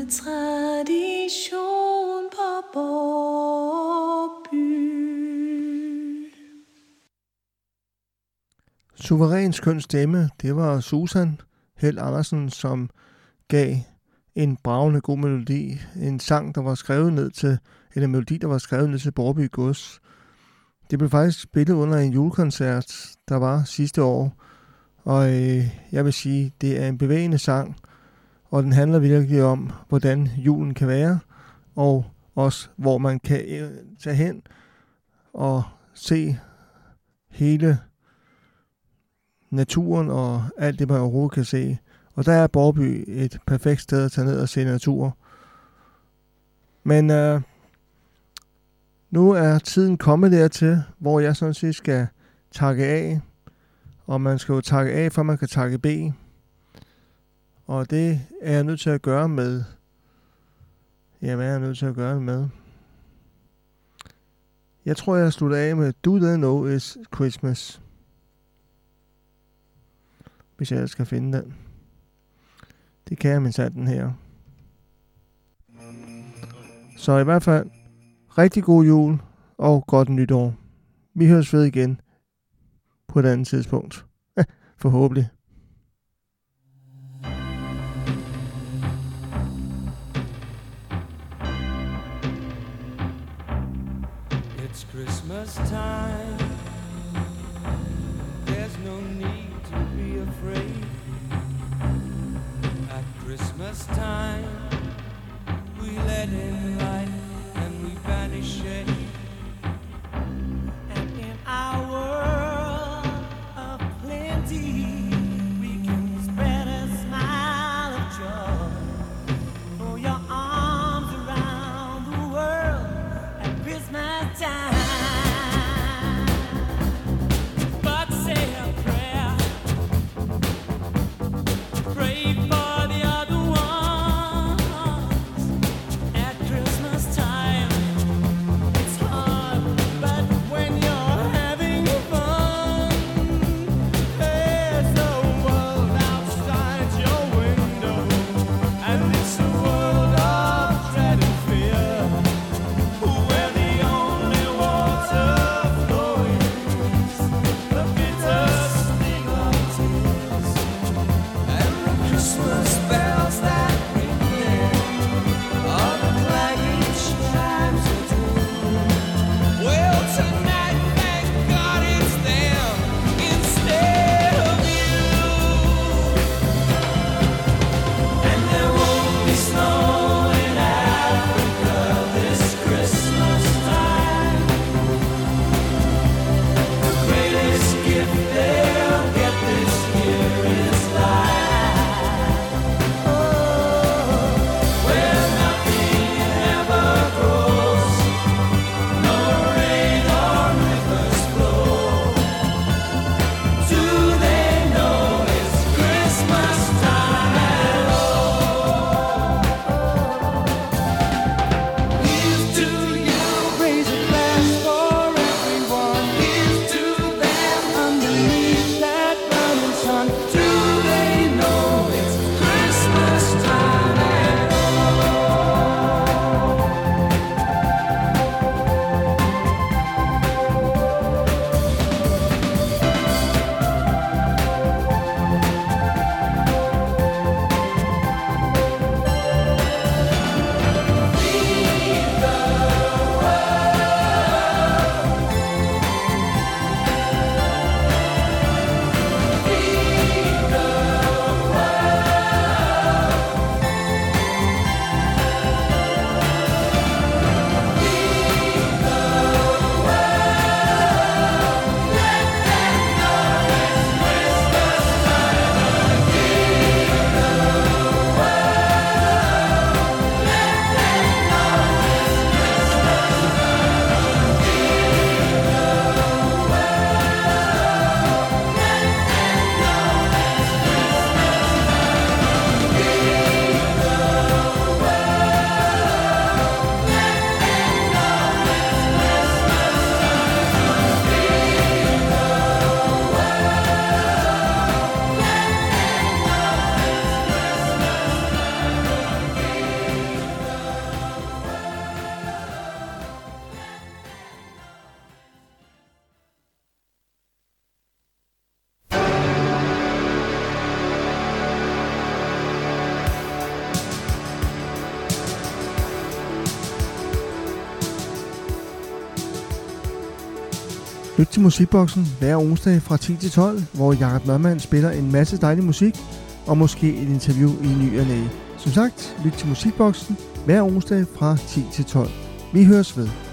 tradition på Borby. Suveræn skøn stemme, det var Susan Held Andersen, som gav en bragende god melodi. En sang, der var skrevet ned til, eller en melodi, der var skrevet ned til Borby Gods. Det blev faktisk spillet under en julekoncert, der var sidste år. Og jeg vil sige, det er en bevægende sang, og den handler virkelig om, hvordan julen kan være, og også hvor man kan tage hen og se hele naturen og alt det, man overhovedet kan se. Og der er Borby et perfekt sted at tage ned og se natur. Men nu er tiden kommet dertil, hvor jeg sådan set skal takke af. Og man skal jo takke af, for man kan takke B. Og det er jeg nødt til at gøre med. Ja, hvad er jeg nødt til at gøre med? Jeg tror, jeg slutter af med Do They Know It's Christmas. Hvis jeg skal finde den. Det kan jeg med den her. Så i hvert fald, rigtig god jul og godt nytår. Vi høres ved igen på et andet tidspunkt. Forhåbentlig. It's Christmas time. There's no need to be afraid. At Christmas time, we let in light and we banish shade. And in our world of plenty, we can spread a smile of joy. Throw your arms around the world at Christmas time. But say a prayer, pray for the other ones at Christmas. Lyt til Musikboxen hver onsdag fra 10 til 12, hvor Jakob Nørmann spiller en masse dejlig musik og måske et interview i ny og næ. Som sagt, lyt til Musikboxen hver onsdag fra 10 til 12. Vi høres ved.